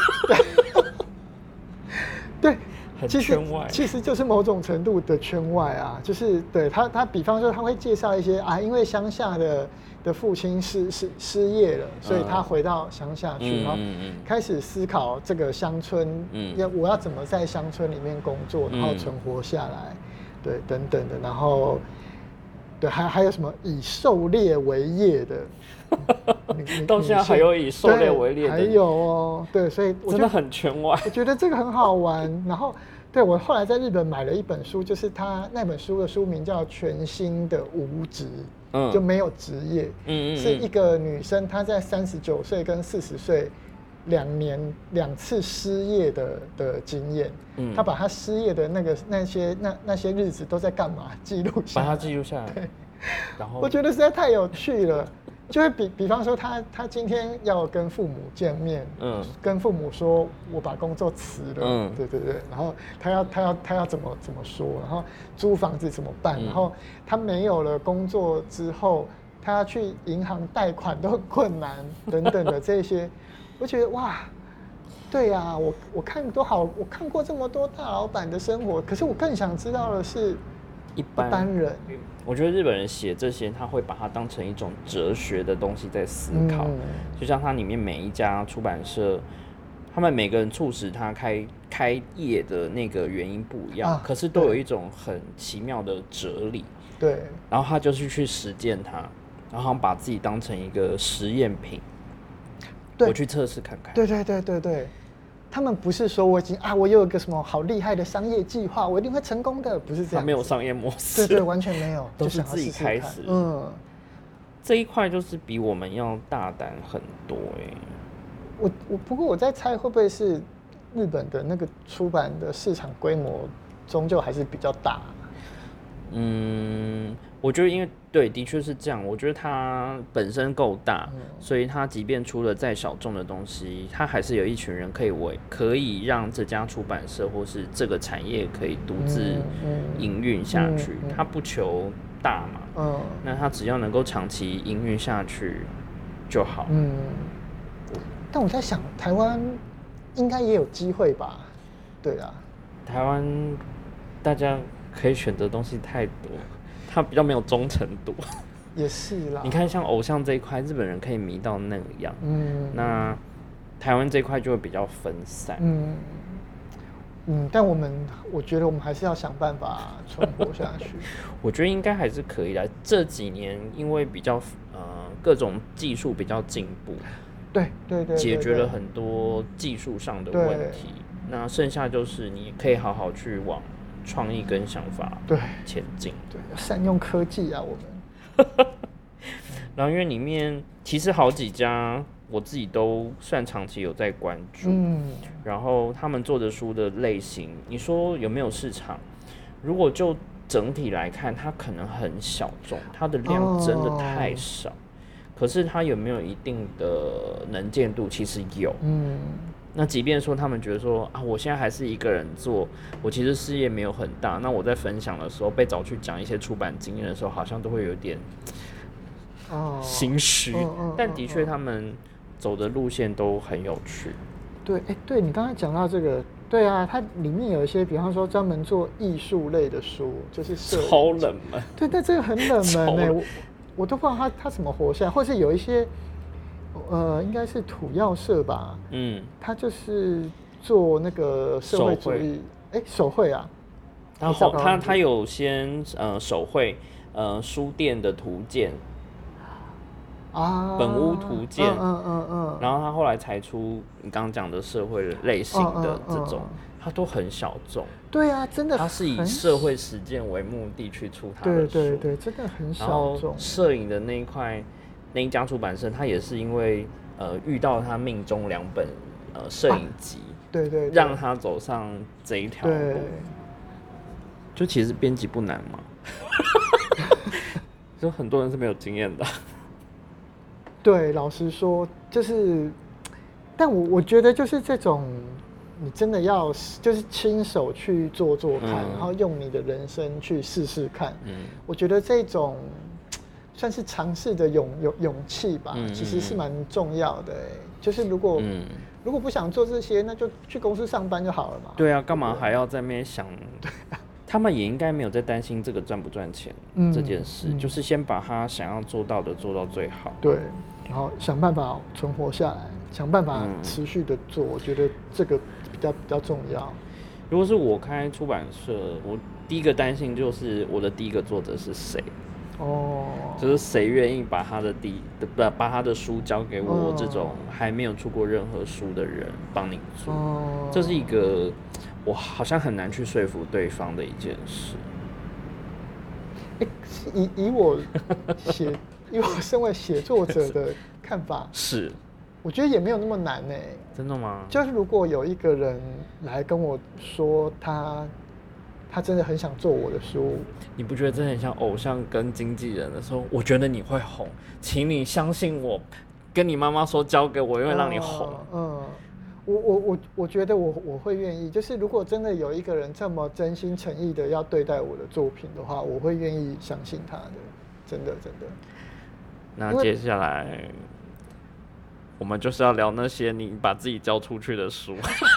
B: 对，
A: 很圈外，
B: 其实其实就是某种程度的圈外啊，就是对他他比方说他会介绍一些啊，因为乡下的。的父亲失失失业了，所以他回到乡下去，嗯、然后开始思考这个乡村，嗯、要我要怎么在乡村里面工作，然后存活下来，嗯、对，等等的，然后对，还还有什么以狩猎为业的，
A: 到现在还有以狩猎为猎的，
B: 还有哦，对，所以我
A: 真的很圈外，
B: 我觉得这个很好玩，然后。对，我后来在日本买了一本书，就是他那本书的书名叫《全新的无职》，嗯，就没有职业，嗯嗯，是一个女生，她在三十九岁跟四十岁两年两次失业的的经验，嗯，她把她失业的那个那些那那些日子都在干嘛记录下来，
A: 把它记录下来，
B: 对，
A: 然后
B: 我觉得实在太有趣了。就会比比方说他他今天要跟父母见面，嗯，跟父母说我把工作辞了，嗯，对对对，然后他要他要他要怎么怎么说，然后租房子怎么办，嗯、然后他没有了工作之后，他要去银行贷款都很困难等等的这些，我觉得哇，对呀、啊，我我看都好，我看过这么多大老板的生活，可是我更想知道的是一般一般人。
A: 我觉得日本人写这些，他会把它当成一种哲学的东西在思考，嗯、就像它里面每一家出版社，他们每个人促使他开开业的那个原因不一样，啊、可是都有一种很奇妙的哲理。
B: 对，
A: 然后他就是去实践它，然后把自己当成一个实验品，我去测试看看。
B: 对对对对对。他们不是说我已经啊，我有一个什么好厉害的商业计划，我一定会成功的，不是这样。
A: 他没有商业模式，
B: 对对，完全没有，
A: 都是自己开始。嗯，这一块就是比我们要大胆很多哎、欸。
B: 我我不过我在猜，会不会是日本的那个出版的市场规模终究还是比较大？
A: 嗯，我觉得因为对，的确是这样。我觉得它本身够大，嗯、所以它即便出了再小众的东西，它还是有一群人可以为可以让这家出版社或是这个产业可以独自营运下去。嗯嗯嗯、它不求大嘛，嗯、那它只要能够长期营运下去就好。嗯，
B: 但我在想，台湾应该也有机会吧？对啊，
A: 台湾大家可以选择的东西太多，它比较没有忠诚度。
B: 也是啦。
A: 你看，像偶像这一块，日本人可以迷到那样，嗯，那台湾这一块就会比较分散，嗯
B: 嗯，但我们我觉得我们还是要想办法存活下去。
A: 我觉得应该还是可以的。这几年因为比较呃各种技术比较进步，
B: 对对 对, 对，
A: 解决了很多技术上的问题。那剩下就是你可以好好去往创意跟想法对前进，
B: 对，善用科技啊，我们。
A: 然后因为里面其实好几家我自己都算长期有在关注，嗯，然后他们做的书的类型，你说有没有市场？如果就整体来看，它可能很小众，它的量真的太少。哦，可是它有没有一定的能见度？其实有，嗯。那即便说他们觉得说啊，我现在还是一个人做，我其实事业没有很大。那我在分享的时候被找去讲一些出版经验的时候，好像都会有点心虚。哦哦哦，但的确他们走的路线都很有趣。
B: 对，哎、欸，对你刚才讲到这个，对啊，它里面有一些，比方说专门做艺术类的书，就是
A: 超冷门。
B: 对，但这个很冷门哎、欸，我我都不知道他他怎么活下来，或是有一些。呃，应该是土药社吧，嗯，他就是做那个社会主义，哎、欸，手绘啊，
A: 然后他他有先呃手绘呃书店的图鉴啊，本屋图鉴，嗯嗯 嗯, 嗯，然后他后来才出你刚刚讲的社会类型的这种，他、嗯嗯嗯、都很小众，
B: 对啊，真的，
A: 他是以社会实践为目的去出他的书，
B: 对对对，真的很小众。
A: 摄影的那一块。那一家出版社，他也是因为呃遇到他命中两本呃摄影集、啊，
B: 对, 对对，
A: 让他走上这一条路。就其实编辑不难嘛，就很多人是没有经验的。
B: 对，老实说，就是，但我我觉得就是这种，你真的要就是亲手去做做看，嗯、然后用你的人生去试试看。嗯，我觉得这种。算是尝试的勇勇勇气吧，嗯、其实是蛮重要的、欸。就是如果、嗯、如果不想做这些，那就去公司上班就好了嘛。
A: 对啊，干嘛还要在那边想？对啊，他们也应该没有在担心这个赚不赚钱、嗯、这件事、嗯，就是先把他想要做到的做到最好。
B: 对，然后想办法存活下来，想办法持续的做、嗯，我觉得这个比较比较重要。
A: 如果是我开出版社，我第一个担心就是我的第一个作者是谁。哦，就是谁愿意把他的第不把他的书交给我这种还没有出过任何书的人帮你做，哦、这是一个我好像很难去说服对方的一件事。
B: 欸、以以我写以我身为写作者的看法
A: 是，
B: 我觉得也没有那么难呢、欸。
A: 真的吗？
B: 就是如果有一个人来跟我说他。他真的很想做我的书，
A: 你不觉得真的很像偶像跟经纪人的时候？我觉得你会红，请你相信我，跟你妈妈说交给我，因为让你红。嗯，
B: 嗯我我我我觉得我我会愿意，就是如果真的有一个人这么真心诚意的要对待我的作品的话，我会愿意相信他的，真的真的。
A: 那接下来我们就是要聊那些你把自己交出去的书。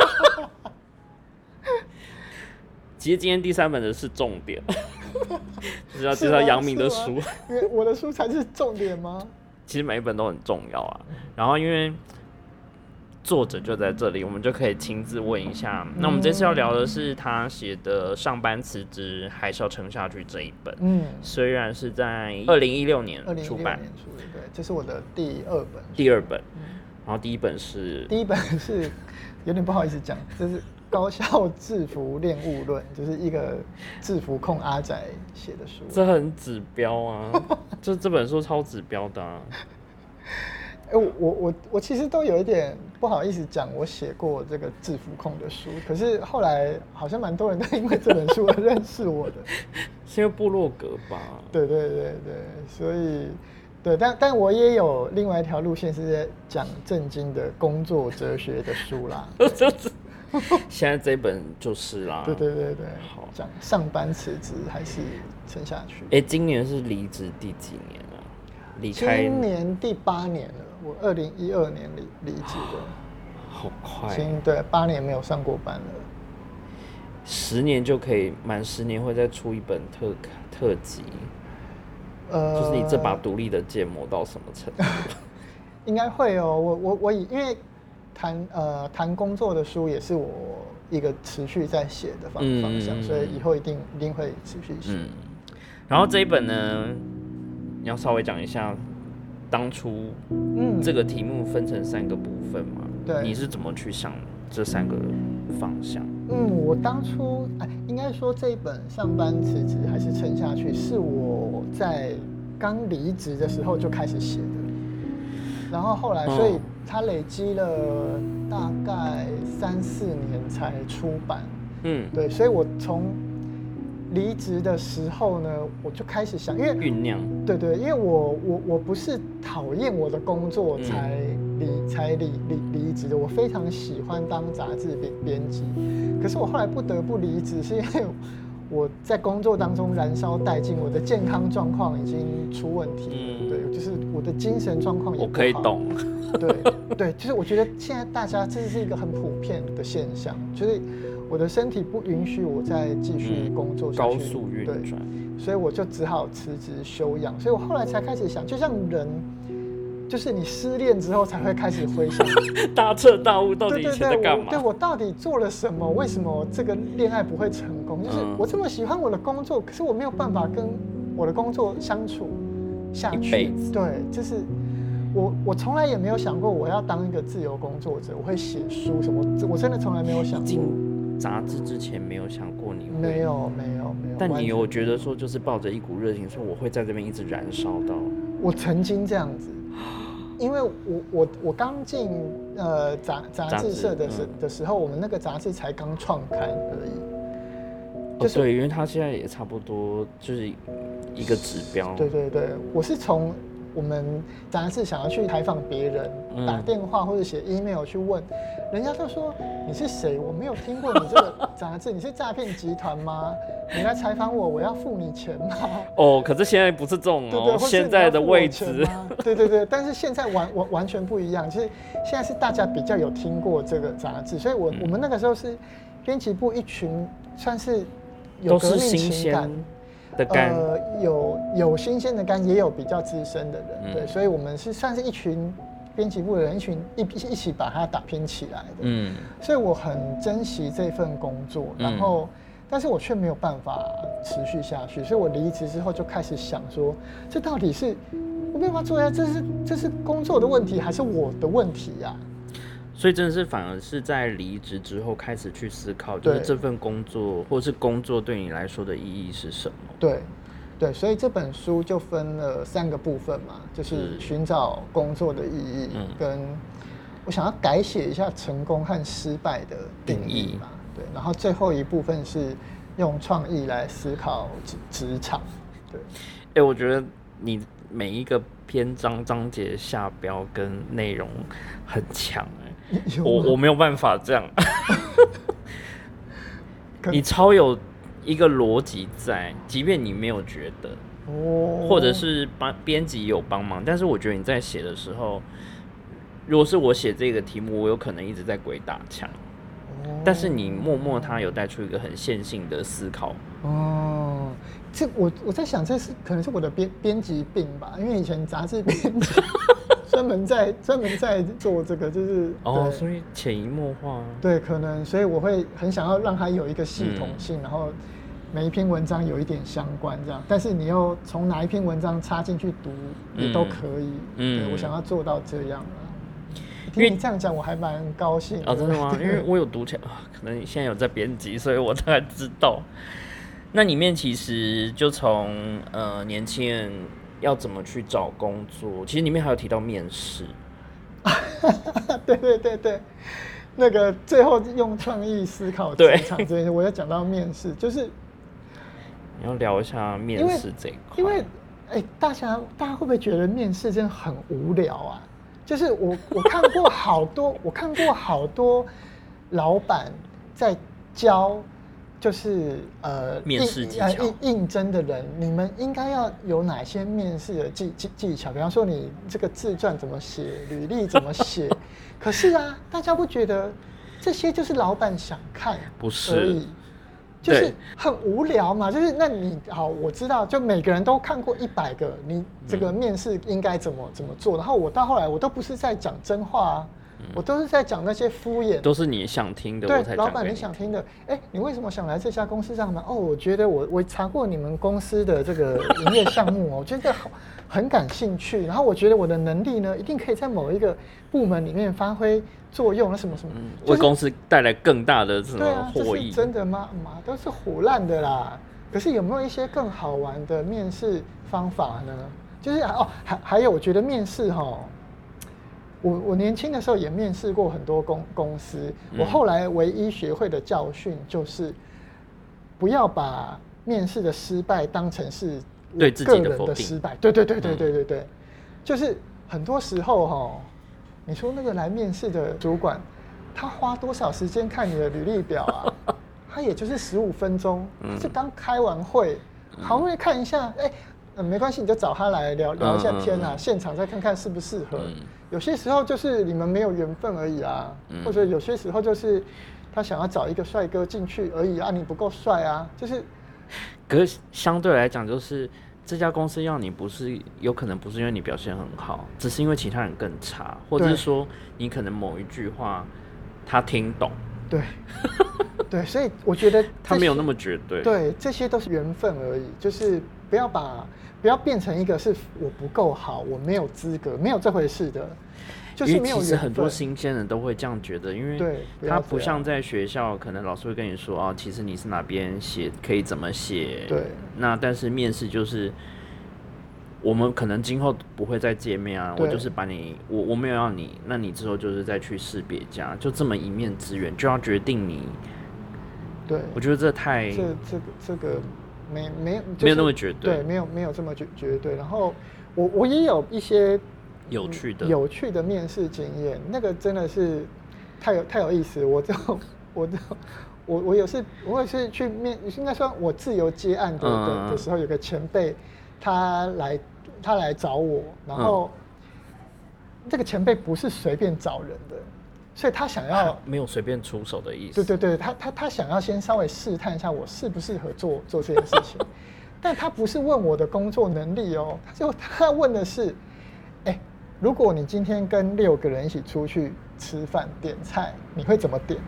A: 其实今天第三本的是重点，就是要介绍阳明的书。
B: 因为我的书才是重点吗？
A: 其实每一本都很重要啊。然后因为作者就在这里，我们就可以亲自问一下。那我们这次要聊的是他写的《上班辞职还是要撑下去》这一本。嗯，虽然是在二零一六年出版，
B: 对，这是我的第二本。
A: 第二本，然后第一本是
B: 第一本是有点不好意思讲，这是。高效制服恋物论，就是一个制服控阿宅写的书。
A: 这很指标啊，这这本书超指标的、啊。
B: 哎、欸，我我我其实都有一点不好意思讲，我写过这个制服控的书，可是后来好像蛮多人都因为这本书而认识我的，
A: 是因为部落格吧？对
B: 对对对，所以对，但但我也有另外一条路线是在讲正经的工作哲学的书啦。
A: 现在这本就是啦。
B: 对对对对，好，讲上班辞职还是撑下去。
A: 哎、欸，今年是离职第几年了？离开
B: 今年第八年了，我二零一二年离离职的，
A: 好快。
B: 对，八年没有上过班了。
A: 十年就可以，满十年会再出一本特特辑。呃，就是你这把独立的剑磨到什么程度？
B: 应该会哦，我我我以因为。谈呃谈工作的书也是我一个持续在写的方方向，嗯、所以以后一定一定会持续写。嗯，
A: 然后这一本呢，你要稍微讲一下当初嗯这个题目分成三个部分嘛？对，你是怎么去想这三个方向？
B: 嗯，我当初哎，应该说这一本上班辞职还是撑下去，是我在刚离职的时候就开始写的，然后后来，所以它累积了大概三四年才出版。嗯，对，所以我从离职的时候呢，我就开始想，因为
A: 酝酿，
B: 对对，因为我我我不是讨厌我的工作才离、嗯、才离离离职的，我非常喜欢当杂志编编辑，可是我后来不得不离职，是因为我在工作当中燃烧殆尽，我的健康状况已经出问题了，嗯、对，就是我的精神状况也不好。
A: 我可以懂，
B: 对对，就是我觉得现在大家这是一个很普遍的现象，就是我的身体不允许我再继续工作下去，
A: 嗯、高速运转，
B: 所以我就只好辞职休养。所以我后来才开始想，就像人，就是你失恋之后才会开始回想
A: 大彻大悟，到底以前在干嘛？
B: 对, 对, 对, 我, 对我到底做了什么？为什么这个恋爱不会成功？就是我这么喜欢我的工作，可是我没有办法跟我的工作相处下去。
A: 一辈子。
B: 对，就是我我从来也没有想过我要当一个自由工作者，我会写书什么，我真的从来没有想过。
A: 杂志之前没有想过你会
B: 没有没有没有，
A: 但你有觉得说就是抱着一股热情，说我会在这边一直燃烧到。
B: 我曾经这样子，因为我我我刚进呃杂杂志社的时、嗯、的时候，我们那个杂志才刚创刊而已。
A: 就是、哦、对，因为它现在也差不多就是一个指标。
B: 对对对，我是从我们杂志想要去采访别人，嗯、打电话或者写 email 去问，人家就说你是谁？我没有听过你这个杂志，你是诈骗集团吗？你来采访我，我要付你钱吗？
A: 哦，可是现在不是这种哦，对对，现在的位置，
B: 对对对，但是现在完完完全不一样，就是现在是大家比较有听过这个杂志，所以我、嗯、我们那个时候是编辑部一群算是有革命情感
A: 的肝，
B: 呃，有有新鲜的肝，也有比较资深的人，嗯、对，所以我们是算是一群编辑部的人，一群一一起把它打拼起来的，嗯，所以我很珍惜这份工作，然后。嗯但是我却没有办法持续下去，所以我离职之后就开始想说，这到底是我没有办法做呀？这是这是工作的问题，还是我的问题呀、啊？
A: 所以真的是反而是在离职之后开始去思考，就是这份工作或是工作对你来说的意义是什么？
B: 对，对，所以这本书就分了三个部分嘛，就是寻找工作的意义，嗯、跟我想要改写一下成功和失败的定义嘛。对，然后最后一部分是用创意来思考职场。对，
A: 哎、欸，我觉得你每一个篇章章节下标跟内容很强哎、欸，我我没有办法这样。你超有一个逻辑在，即便你没有觉得，哦，或者是帮编辑有帮忙，但是我觉得你在写的时候，如果是我写这个题目，我有可能一直在鬼打墙。但是你默默他有带出一个很线性的思考
B: 哦，这我我在想这是可能是我的编编辑病吧，因为以前杂志编辑专门在专门在做这个，就是
A: 哦，所以潜移默化，
B: 对，可能所以我会很想要让它有一个系统性，嗯、然后每一篇文章有一点相关这样，但是你又从哪一篇文章插进去读也都可以，嗯，对我想要做到这样啊。因为你这样讲，我还蛮高兴的。
A: 哦，真的吗？因为我有读起来，可能你现在有在编辑，所以我大概知道。那里面其实就从呃年轻人要怎么去找工作，其实里面还有提到面试。
B: 对对对对，那个最后用创意思考职场这件事，我要讲到面试，就是
A: 你要聊一下面试这一块，
B: 因为哎、欸，大家大家会不会觉得面试真的很无聊啊？就是我我看过好多，我看过好多老板在教，就是呃
A: 面试技巧、
B: 应应征的人，你们应该要有哪些面试的技技技巧？比方说你这个自传怎么写，履历怎么写？可是啊，大家不觉得这些就是老板想看
A: 不是？
B: 就是很无聊嘛，就是那你好，我知道，就每个人都看过一百个，你这个面试应该怎么怎么做，然后我到后来我都不是在讲真话啊，嗯、我都是在讲那些敷衍，
A: 都是你想听的，
B: 对，
A: 我才
B: 老板你想听的，哎、欸，你为什么想来这家公司上班？哦，我觉得我我查过你们公司的这个营业项目哦，我觉得好很感兴趣，然后我觉得我的能力呢，一定可以在某一个部门里面发挥作用，那什么什么，
A: 嗯就是、为公司带来更大的什么获益？
B: 对啊，这是真的吗？妈，都是唬烂的啦。可是有没有一些更好玩的面试方法呢？ 就是哦，还还有，我觉得面试哈，我我年轻的时候也面试过很多公公司，嗯、我后来唯一学会的教训就是，不要把面试的失败当成是
A: 对自己的否定
B: 个人的失败。对对对对对对对，嗯、就是很多时候哈，你说那个来面试的主管，他花多少时间看你的履历表啊？他也就是十五分钟，他就刚开完会，嗯、好不容易看一下，哎、欸嗯，没关系，你就找他来聊聊一下天啊，嗯嗯嗯现场再看看适不适合。嗯、有些时候就是你们没有缘分而已啊，嗯、或者有些时候就是他想要找一个帅哥进去而已啊，你不够帅啊，就是。
A: 可是相对来讲，就是这家公司要你不是有可能不是因为你表现很好，只是因为其他人更差，或者是说你可能某一句话他听懂。
B: 对，对，所以我觉得
A: 他没有那么绝对。
B: 对，这些都是缘分而已，就是不要把不要变成一个是我不够好，我没有资格，没有这回事的。就是没有缘分。
A: 其实很多新鲜人都会这样觉得，因为他不像在学校，可能老师会跟你说啊，其实你是哪边写，可以怎么写。
B: 对。
A: 那但是面试就是。我们可能今后不会再见面啊，我就是把你，我我没有要你，那你之后就是再去试别家，就这么一面之缘，就要决定你。
B: 对，
A: 我觉得这太
B: 这这个这个没没有、就是、
A: 没有那么绝对，
B: 对，没有没有这么绝绝对。然后我我也有一些
A: 有趣的、
B: 嗯、有趣的面试经验，那个真的是太有太有意思。我就我就我我有是我也是去面，应该说我自由接案的、嗯、的时候，有个前辈他来。他来找我，然后、嗯、这个前辈不是随便找人的，所以他想要
A: 没有随便出手的意思。
B: 对对对，他他他想要先稍微试探一下我适不适合做做这件事情，但他不是问我的工作能力哦，他就他问的是，哎，如果你今天跟六个人一起出去吃饭点菜，你会怎么点？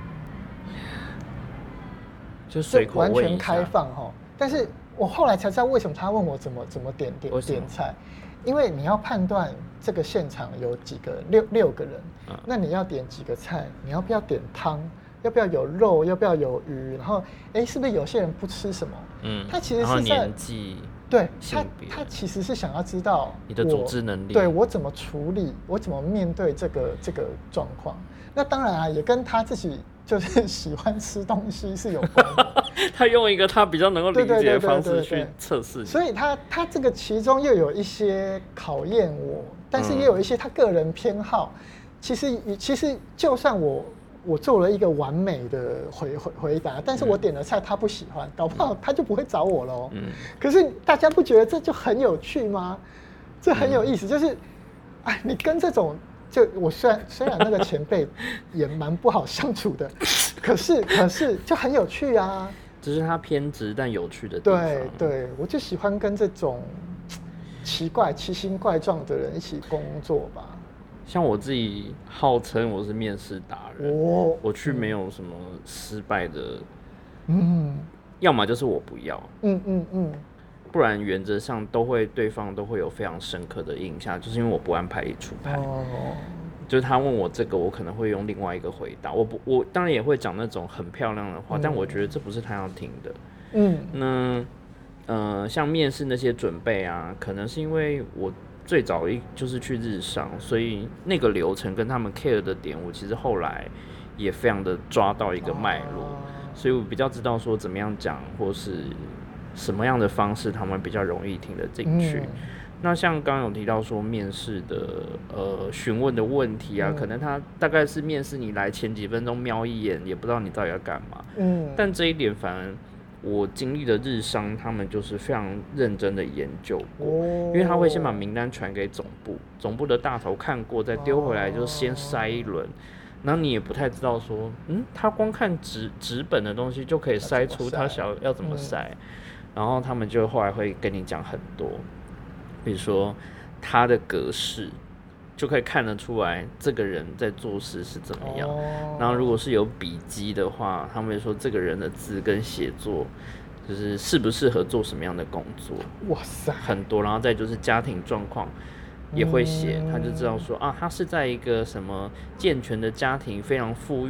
A: 就随口问一下，
B: 完全开放哈，但是。我后来才知道为什么他问我怎么怎么点点点菜，因为你要判断这个现场有几个人，六六个人，嗯、那你要点几个菜，你要不要点汤，要不要有肉，要不要有鱼，然后哎，是不是有些人不吃什么？嗯，他其实是在
A: 年纪，
B: 对他他其实是想要知道
A: 你的组织能力，
B: 对我怎么处理，我怎么面对这个这个状况。那当然啊，也跟他自己。就是喜欢吃东西是有关的，
A: 他用一个他比较能够理解的方式去测试，
B: 所以他他这个其中又有一些考验我，但是也有一些他个人偏好。嗯、其实其实就算我我做了一个完美的回回回答，但是我点了菜他不喜欢，搞不好他就不会找我喽。嗯，可是大家不觉得这就很有趣吗？这很有意思，嗯、就是，哎，你跟这种。就我虽然虽然那个前辈也蛮不好相处的，可是可是就很有趣啊。
A: 只是他偏执但有趣的地方。
B: 对对，我就喜欢跟这种奇怪、奇形怪状的人一起工作吧。
A: 像我自己号称我是面试达人，哦、我去没有什么失败的，嗯，要么就是我不要，嗯嗯嗯。不然原则上都会对方都会有非常深刻的印象，就是因为我不按牌理出牌。哦，就是他问我这个，我可能会用另外一个回答。我不，我当然也会讲那种很漂亮的话，嗯、但我觉得这不是他要听的。嗯，那呃，像面试那些准备啊，可能是因为我最早一就是去日商，所以那个流程跟他们 care 的点，我其实后来也非常的抓到一个脉络，哦、所以我比较知道说怎么样讲，或是。什么样的方式他们比较容易听得进去？嗯、那像刚刚有提到说面试的呃询问的问题啊，嗯、可能他大概是面试你来前几分钟瞄一眼，也不知道你到底要干嘛。嗯，但这一点反而我经历的日商，他们就是非常认真的研究过，哦、因为他会先把名单传给总部，总部的大头看过，再丢回来，就先筛一轮。然后你也不太知道说，嗯，他光看纸纸本的东西就可以筛出他想要要怎么筛。嗯然后他们就后来会跟你讲很多，比如说他的格式，就可以看得出来这个人在做事是怎么样。哦、然后如果是有笔记的话，他们会说这个人的字跟写作，就是适不适合做什么样的工作。哇塞，很多。然后再就是家庭状况也会写，嗯、他就知道说啊，他是在一个什么健全的家庭，非常富裕。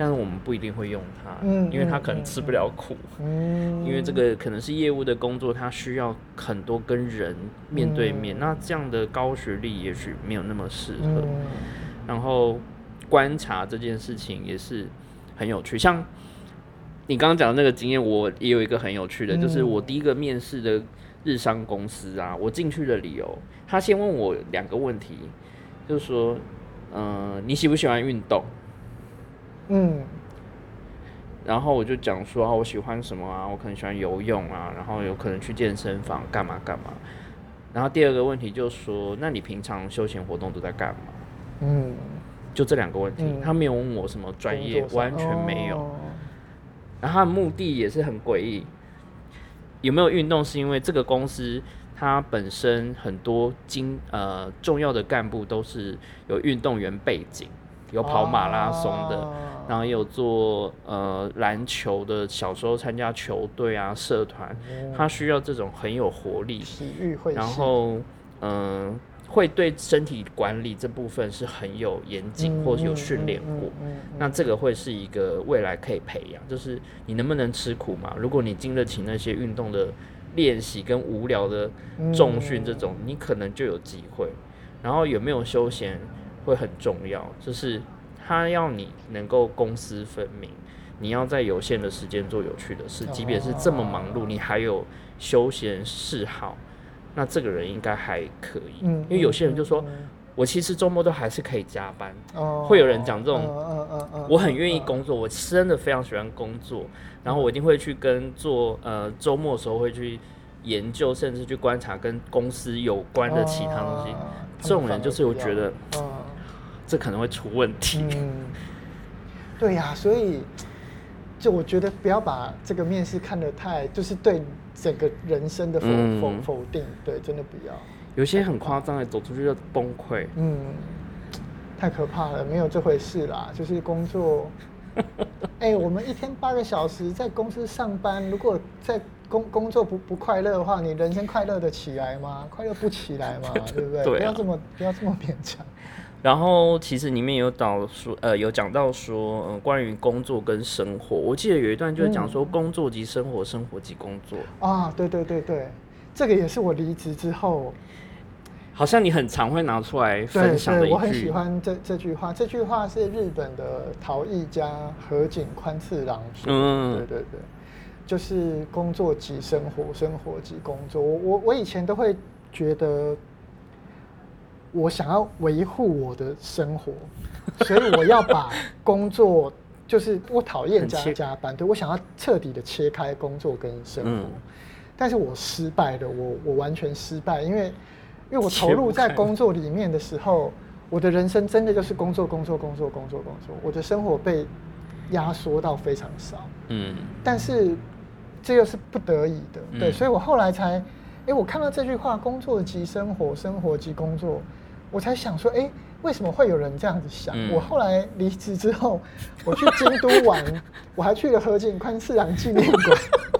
A: 但是我们不一定会用它，嗯、因为它可能吃不了苦，嗯、因为这个可能是业务的工作，它需要很多跟人面对面，嗯、那这样的高学历也许没有那么适合。嗯、然后观察这件事情也是很有趣，像你刚刚讲的那个经验，我也有一个很有趣的，嗯、就是我第一个面试的日商公司啊，我进去的理由，他先问我两个问题，就是说，嗯、呃，你喜不喜欢运动？嗯，然后我就讲说啊，我喜欢什么啊，我可能喜欢游泳啊，然后有可能去健身房干嘛干嘛。然后第二个问题就是说，那你平常休闲活动都在干嘛？嗯，就这两个问题，嗯、他没有问我什么专业，完全没有。哦、然后他的目的也是很诡异，有没有运动是因为这个公司它本身很多经呃重要的干部都是有运动员背景。有跑马拉松的，哦、然后也有做呃篮球的，小时候参加球队啊、社团，哦、他需要这种很有活力，
B: 体育会，
A: 然后嗯、呃，会对身体管理这部分是很有严谨，嗯、或是有训练过。嗯嗯嗯嗯、那这个会是一个未来可以培养，就是你能不能吃苦嘛？如果你经得起那些运动的练习跟无聊的重训这种，嗯、你可能就有机会。然后有没有休闲？会很重要，就是他要你能够公私分明，你要在有限的时间做有趣的事，即便是这么忙碌，你还有休闲嗜好，那这个人应该还可以。嗯、因为有些人就说，嗯、我其实周末都还是可以加班。哦、会有人讲这种，嗯嗯嗯、我很愿意工作，我真的非常喜欢工作，然后我一定会去跟做呃周末的时候会去研究，甚至去观察跟公司有关的其他东西。哦、这种人就是我觉得。哦，这可能会出问题。嗯，
B: 对呀、啊，所以就我觉得不要把这个面试看得太，就是对整个人生的否、嗯、否否定，对，真的不要。
A: 有些很夸张的，走出去就崩溃。嗯，
B: 太可怕了，没有这回事啦，就是工作。哎、欸，我们一天八个小时在公司上班，如果在工工作不不快乐的话，你人生快乐的起来吗？快乐不起来嘛，对不对？对啊、不要这么不要这么勉强。
A: 然后其实里面有导说，呃，有讲到说，嗯、呃，关于工作跟生活，我记得有一段就是讲说，工作即生活，生活即工作。
B: 啊，对对对对，这个也是我离职之后，
A: 好像你很常会拿出来分享的一句。
B: 对对，我很喜欢这这句话，这句话是日本的陶艺家河井宽次郎说的。嗯，对对对，就是工作即生活，生活即工作。我我我以前都会觉得。我想要维护我的生活，所以我要把工作，就是我讨厌加加班，对，我想要彻底的切开工作跟生活，嗯、但是我失败了，我我完全失败，因为因为我投入在工作里面的时候，我的人生真的就是工作工作工作工作工作，我的生活被压缩到非常少，嗯，但是这又是不得已的，对，嗯、所以我后来才，哎、欸，我看到这句话，工作即生活，生活即工作。我才想说，哎、欸，为什么会有人这样子想？嗯、我后来离职之后，我去京都玩，我还去了河井宽次郎纪念馆。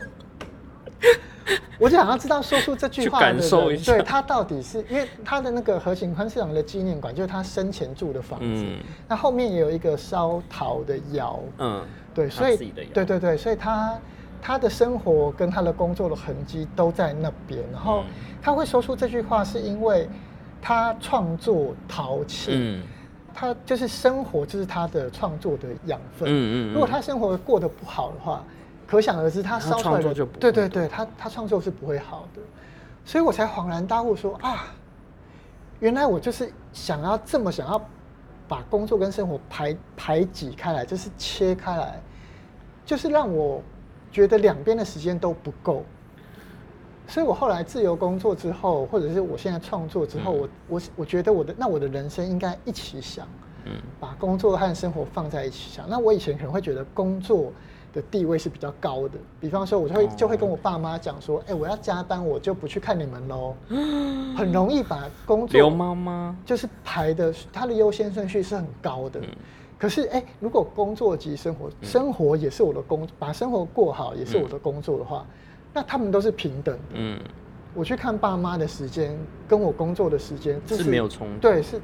B: 我就想要知道说出这句话的人，
A: 去感受一下，
B: 对他到底是因为他的那个河井宽次郎的纪念馆，就是他生前住的房子，嗯、那后面也有一个烧陶的窑，嗯，对，所以对对对，所以他他的生活跟他的工作的痕迹都在那边。然后他会说出这句话，是因为。他创作陶器，嗯、他就是生活，就是他的创作的养分。嗯嗯嗯、如果他生活过得不好的话，可想而知，他烧出来的，对对对，他他创作是不会好的。所以我才恍然大悟说啊，原来我就是想要这么想要把工作跟生活排排挤开来，就是切开来，就是让我觉得两边的时间都不够。所以我后来自由工作之后，或者是我现在创作之后，嗯、我我我觉得我的那我的人生应该一起想，嗯，把工作和生活放在一起想。那我以前可能会觉得工作的地位是比较高的，比方说我就会就会跟我爸妈讲说，哎、欸，我要加班，我就不去看你们喽，很容易把工作
A: 刘妈妈
B: 就是排的，它的优先顺序是很高的。嗯、可是哎、欸，如果工作及生活，生活也是我的工，把生活过好也是我的工作的话。嗯，那他们都是平等的。嗯，我去看爸妈的时间跟我工作的时间、就是、
A: 是没有冲突。
B: 对，是，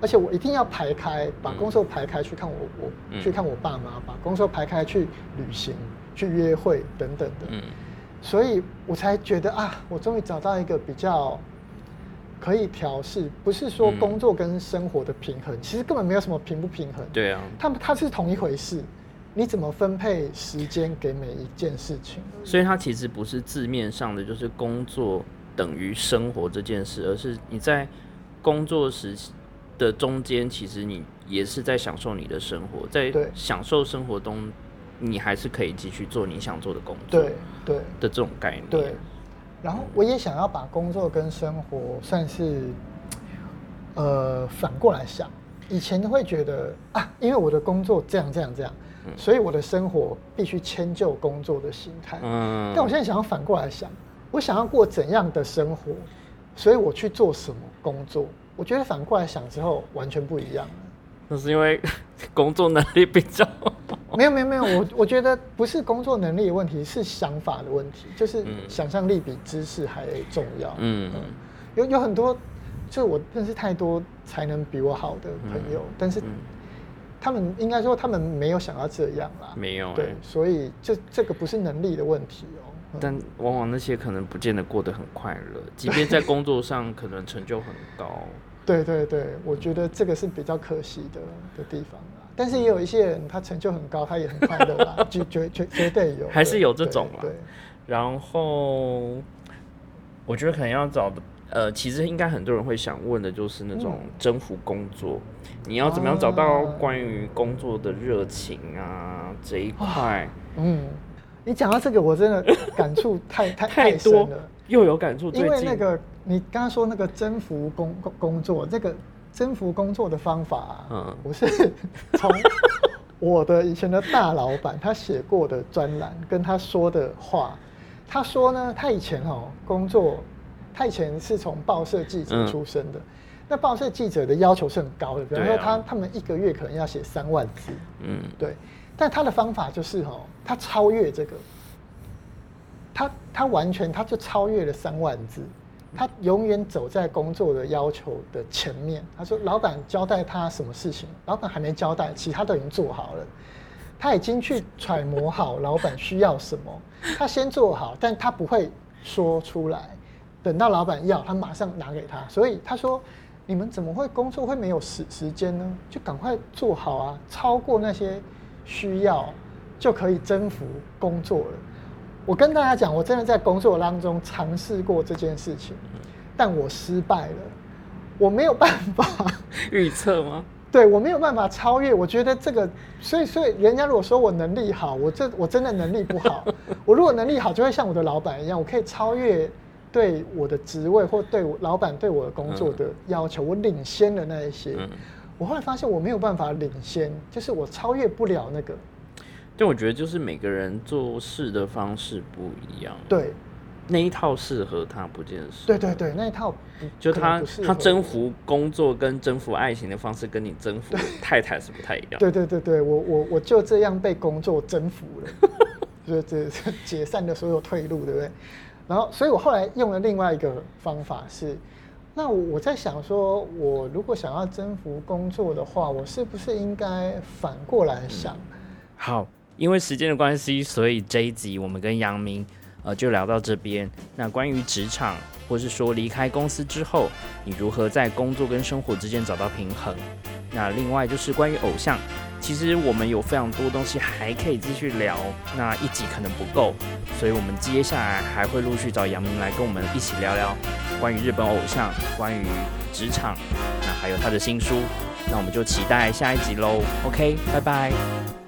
B: 而且我一定要排开，把工作排开去看我我、嗯、去看我爸妈，把工作排开去旅行、去约会等等的。嗯，所以我才觉得啊，我终于找到一个比较可以调试，不是说工作跟生活的平衡，嗯、其实根本没有什么平不平衡。
A: 对啊，
B: 他们它是同一回事。你怎么分配时间给每一件事情？
A: 所以它其实不是字面上的就是工作等于生活这件事，而是你在工作时的中间，其实你也是在享受你的生活，在享受生活中，你还是可以继续做你想做的工作。
B: 对对的
A: 这种概念。
B: 对，然后我也想要把工作跟生活算是呃反过来想，以前会觉得啊，因为我的工作这样这样这样。所以我的生活必须迁就工作的心态，嗯，但我现在想要反过来想，我想要过怎样的生活，所以我去做什么工作？我觉得反过来想之后完全不一样了。
A: 那是因为工作能力比较
B: 没有没有没有，我我觉得不是工作能力的问题，是想法的问题，就是想象力比知识还重要。嗯，嗯有有很多，就是我认识太多才能比我好的朋友，嗯、但是。嗯他们应该说，他们没有想要这样啦，
A: 没有、欸、
B: 对，所以这这个不是能力的问题哦、喔
A: 嗯。但往往那些可能不见得过得很快乐，即便在工作上可能成就很高。
B: 对对对，我觉得这个是比较可惜的的地方啦。但是也有一些人，他成就很高，他也很快乐啦，绝绝绝绝对有，
A: 还是有这种啦。
B: 对，对
A: 然后我觉得可能要找的。呃，其实应该很多人会想问的就是那种征服工作，嗯、你要怎么样找到关于工作的热情啊这一块？
B: 嗯，你讲到这个，我真的感触太太太深了，
A: 又有感触。
B: 因为那个你刚刚说那个征服工工作，这个征服工作的方法、啊，嗯，我是从我的以前的大老板他写过的专栏跟他说的话，他说呢，他以前哦工作。他以前是从报社记者出身的，嗯、那报社记者的要求是很高的，比方说他、啊、他们一个月可能要写三万字，嗯，对。但他的方法就是哦，他超越这个，他他完全他就超越了三万字，他永远走在工作的要求的前面。他说，老板交代他什么事情，老板还没交代，其他都已经做好了，他已经去揣摩好老板需要什么，他先做好，但他不会说出来。等到老板要，他马上拿给他。所以他说：“你们怎么会工作会没有时时间呢？就赶快做好啊！超过那些需要，就可以征服工作了。”我跟大家讲，我真的在工作当中尝试过这件事情，但我失败了。我没有办法
A: 预测吗？
B: 对，我没有办法超越。我觉得这个，所以所以人家如果说我能力好，我这我真的能力不好。我如果能力好，就会像我的老板一样，我可以超越。对我的职位或对我老板对我的工作的要求，嗯、我领先了那一些。嗯、我后来发现我没有办法领先，就是我超越不了那个。
A: 但我觉得就是每个人做事的方式不一样。
B: 对，
A: 那一套适合他不见得适合。
B: 对对对，那一套
A: 就他他征服工作跟征服爱情的方式，跟你征服太太是不太一样。
B: 对对对对，我我我就这样被工作征服了，就这解散了所有退路，对不对？然后，所以我后来用了另外一个方法是，那我在想说，我如果想要征服工作的话，我是不是应该反过来想？嗯、
A: 好，因为时间的关系，所以这一集我们跟阳明呃就聊到这边。那关于职场，或是说离开公司之后，你如何在工作跟生活之间找到平衡？那另外就是关于偶像。其实我们有非常多东西还可以继续聊，那一集可能不够，所以我们接下来还会陆续找阳明来跟我们一起聊聊关于日本偶像、关于职场，那还有他的新书，那我们就期待下一集喽。OK， 拜拜。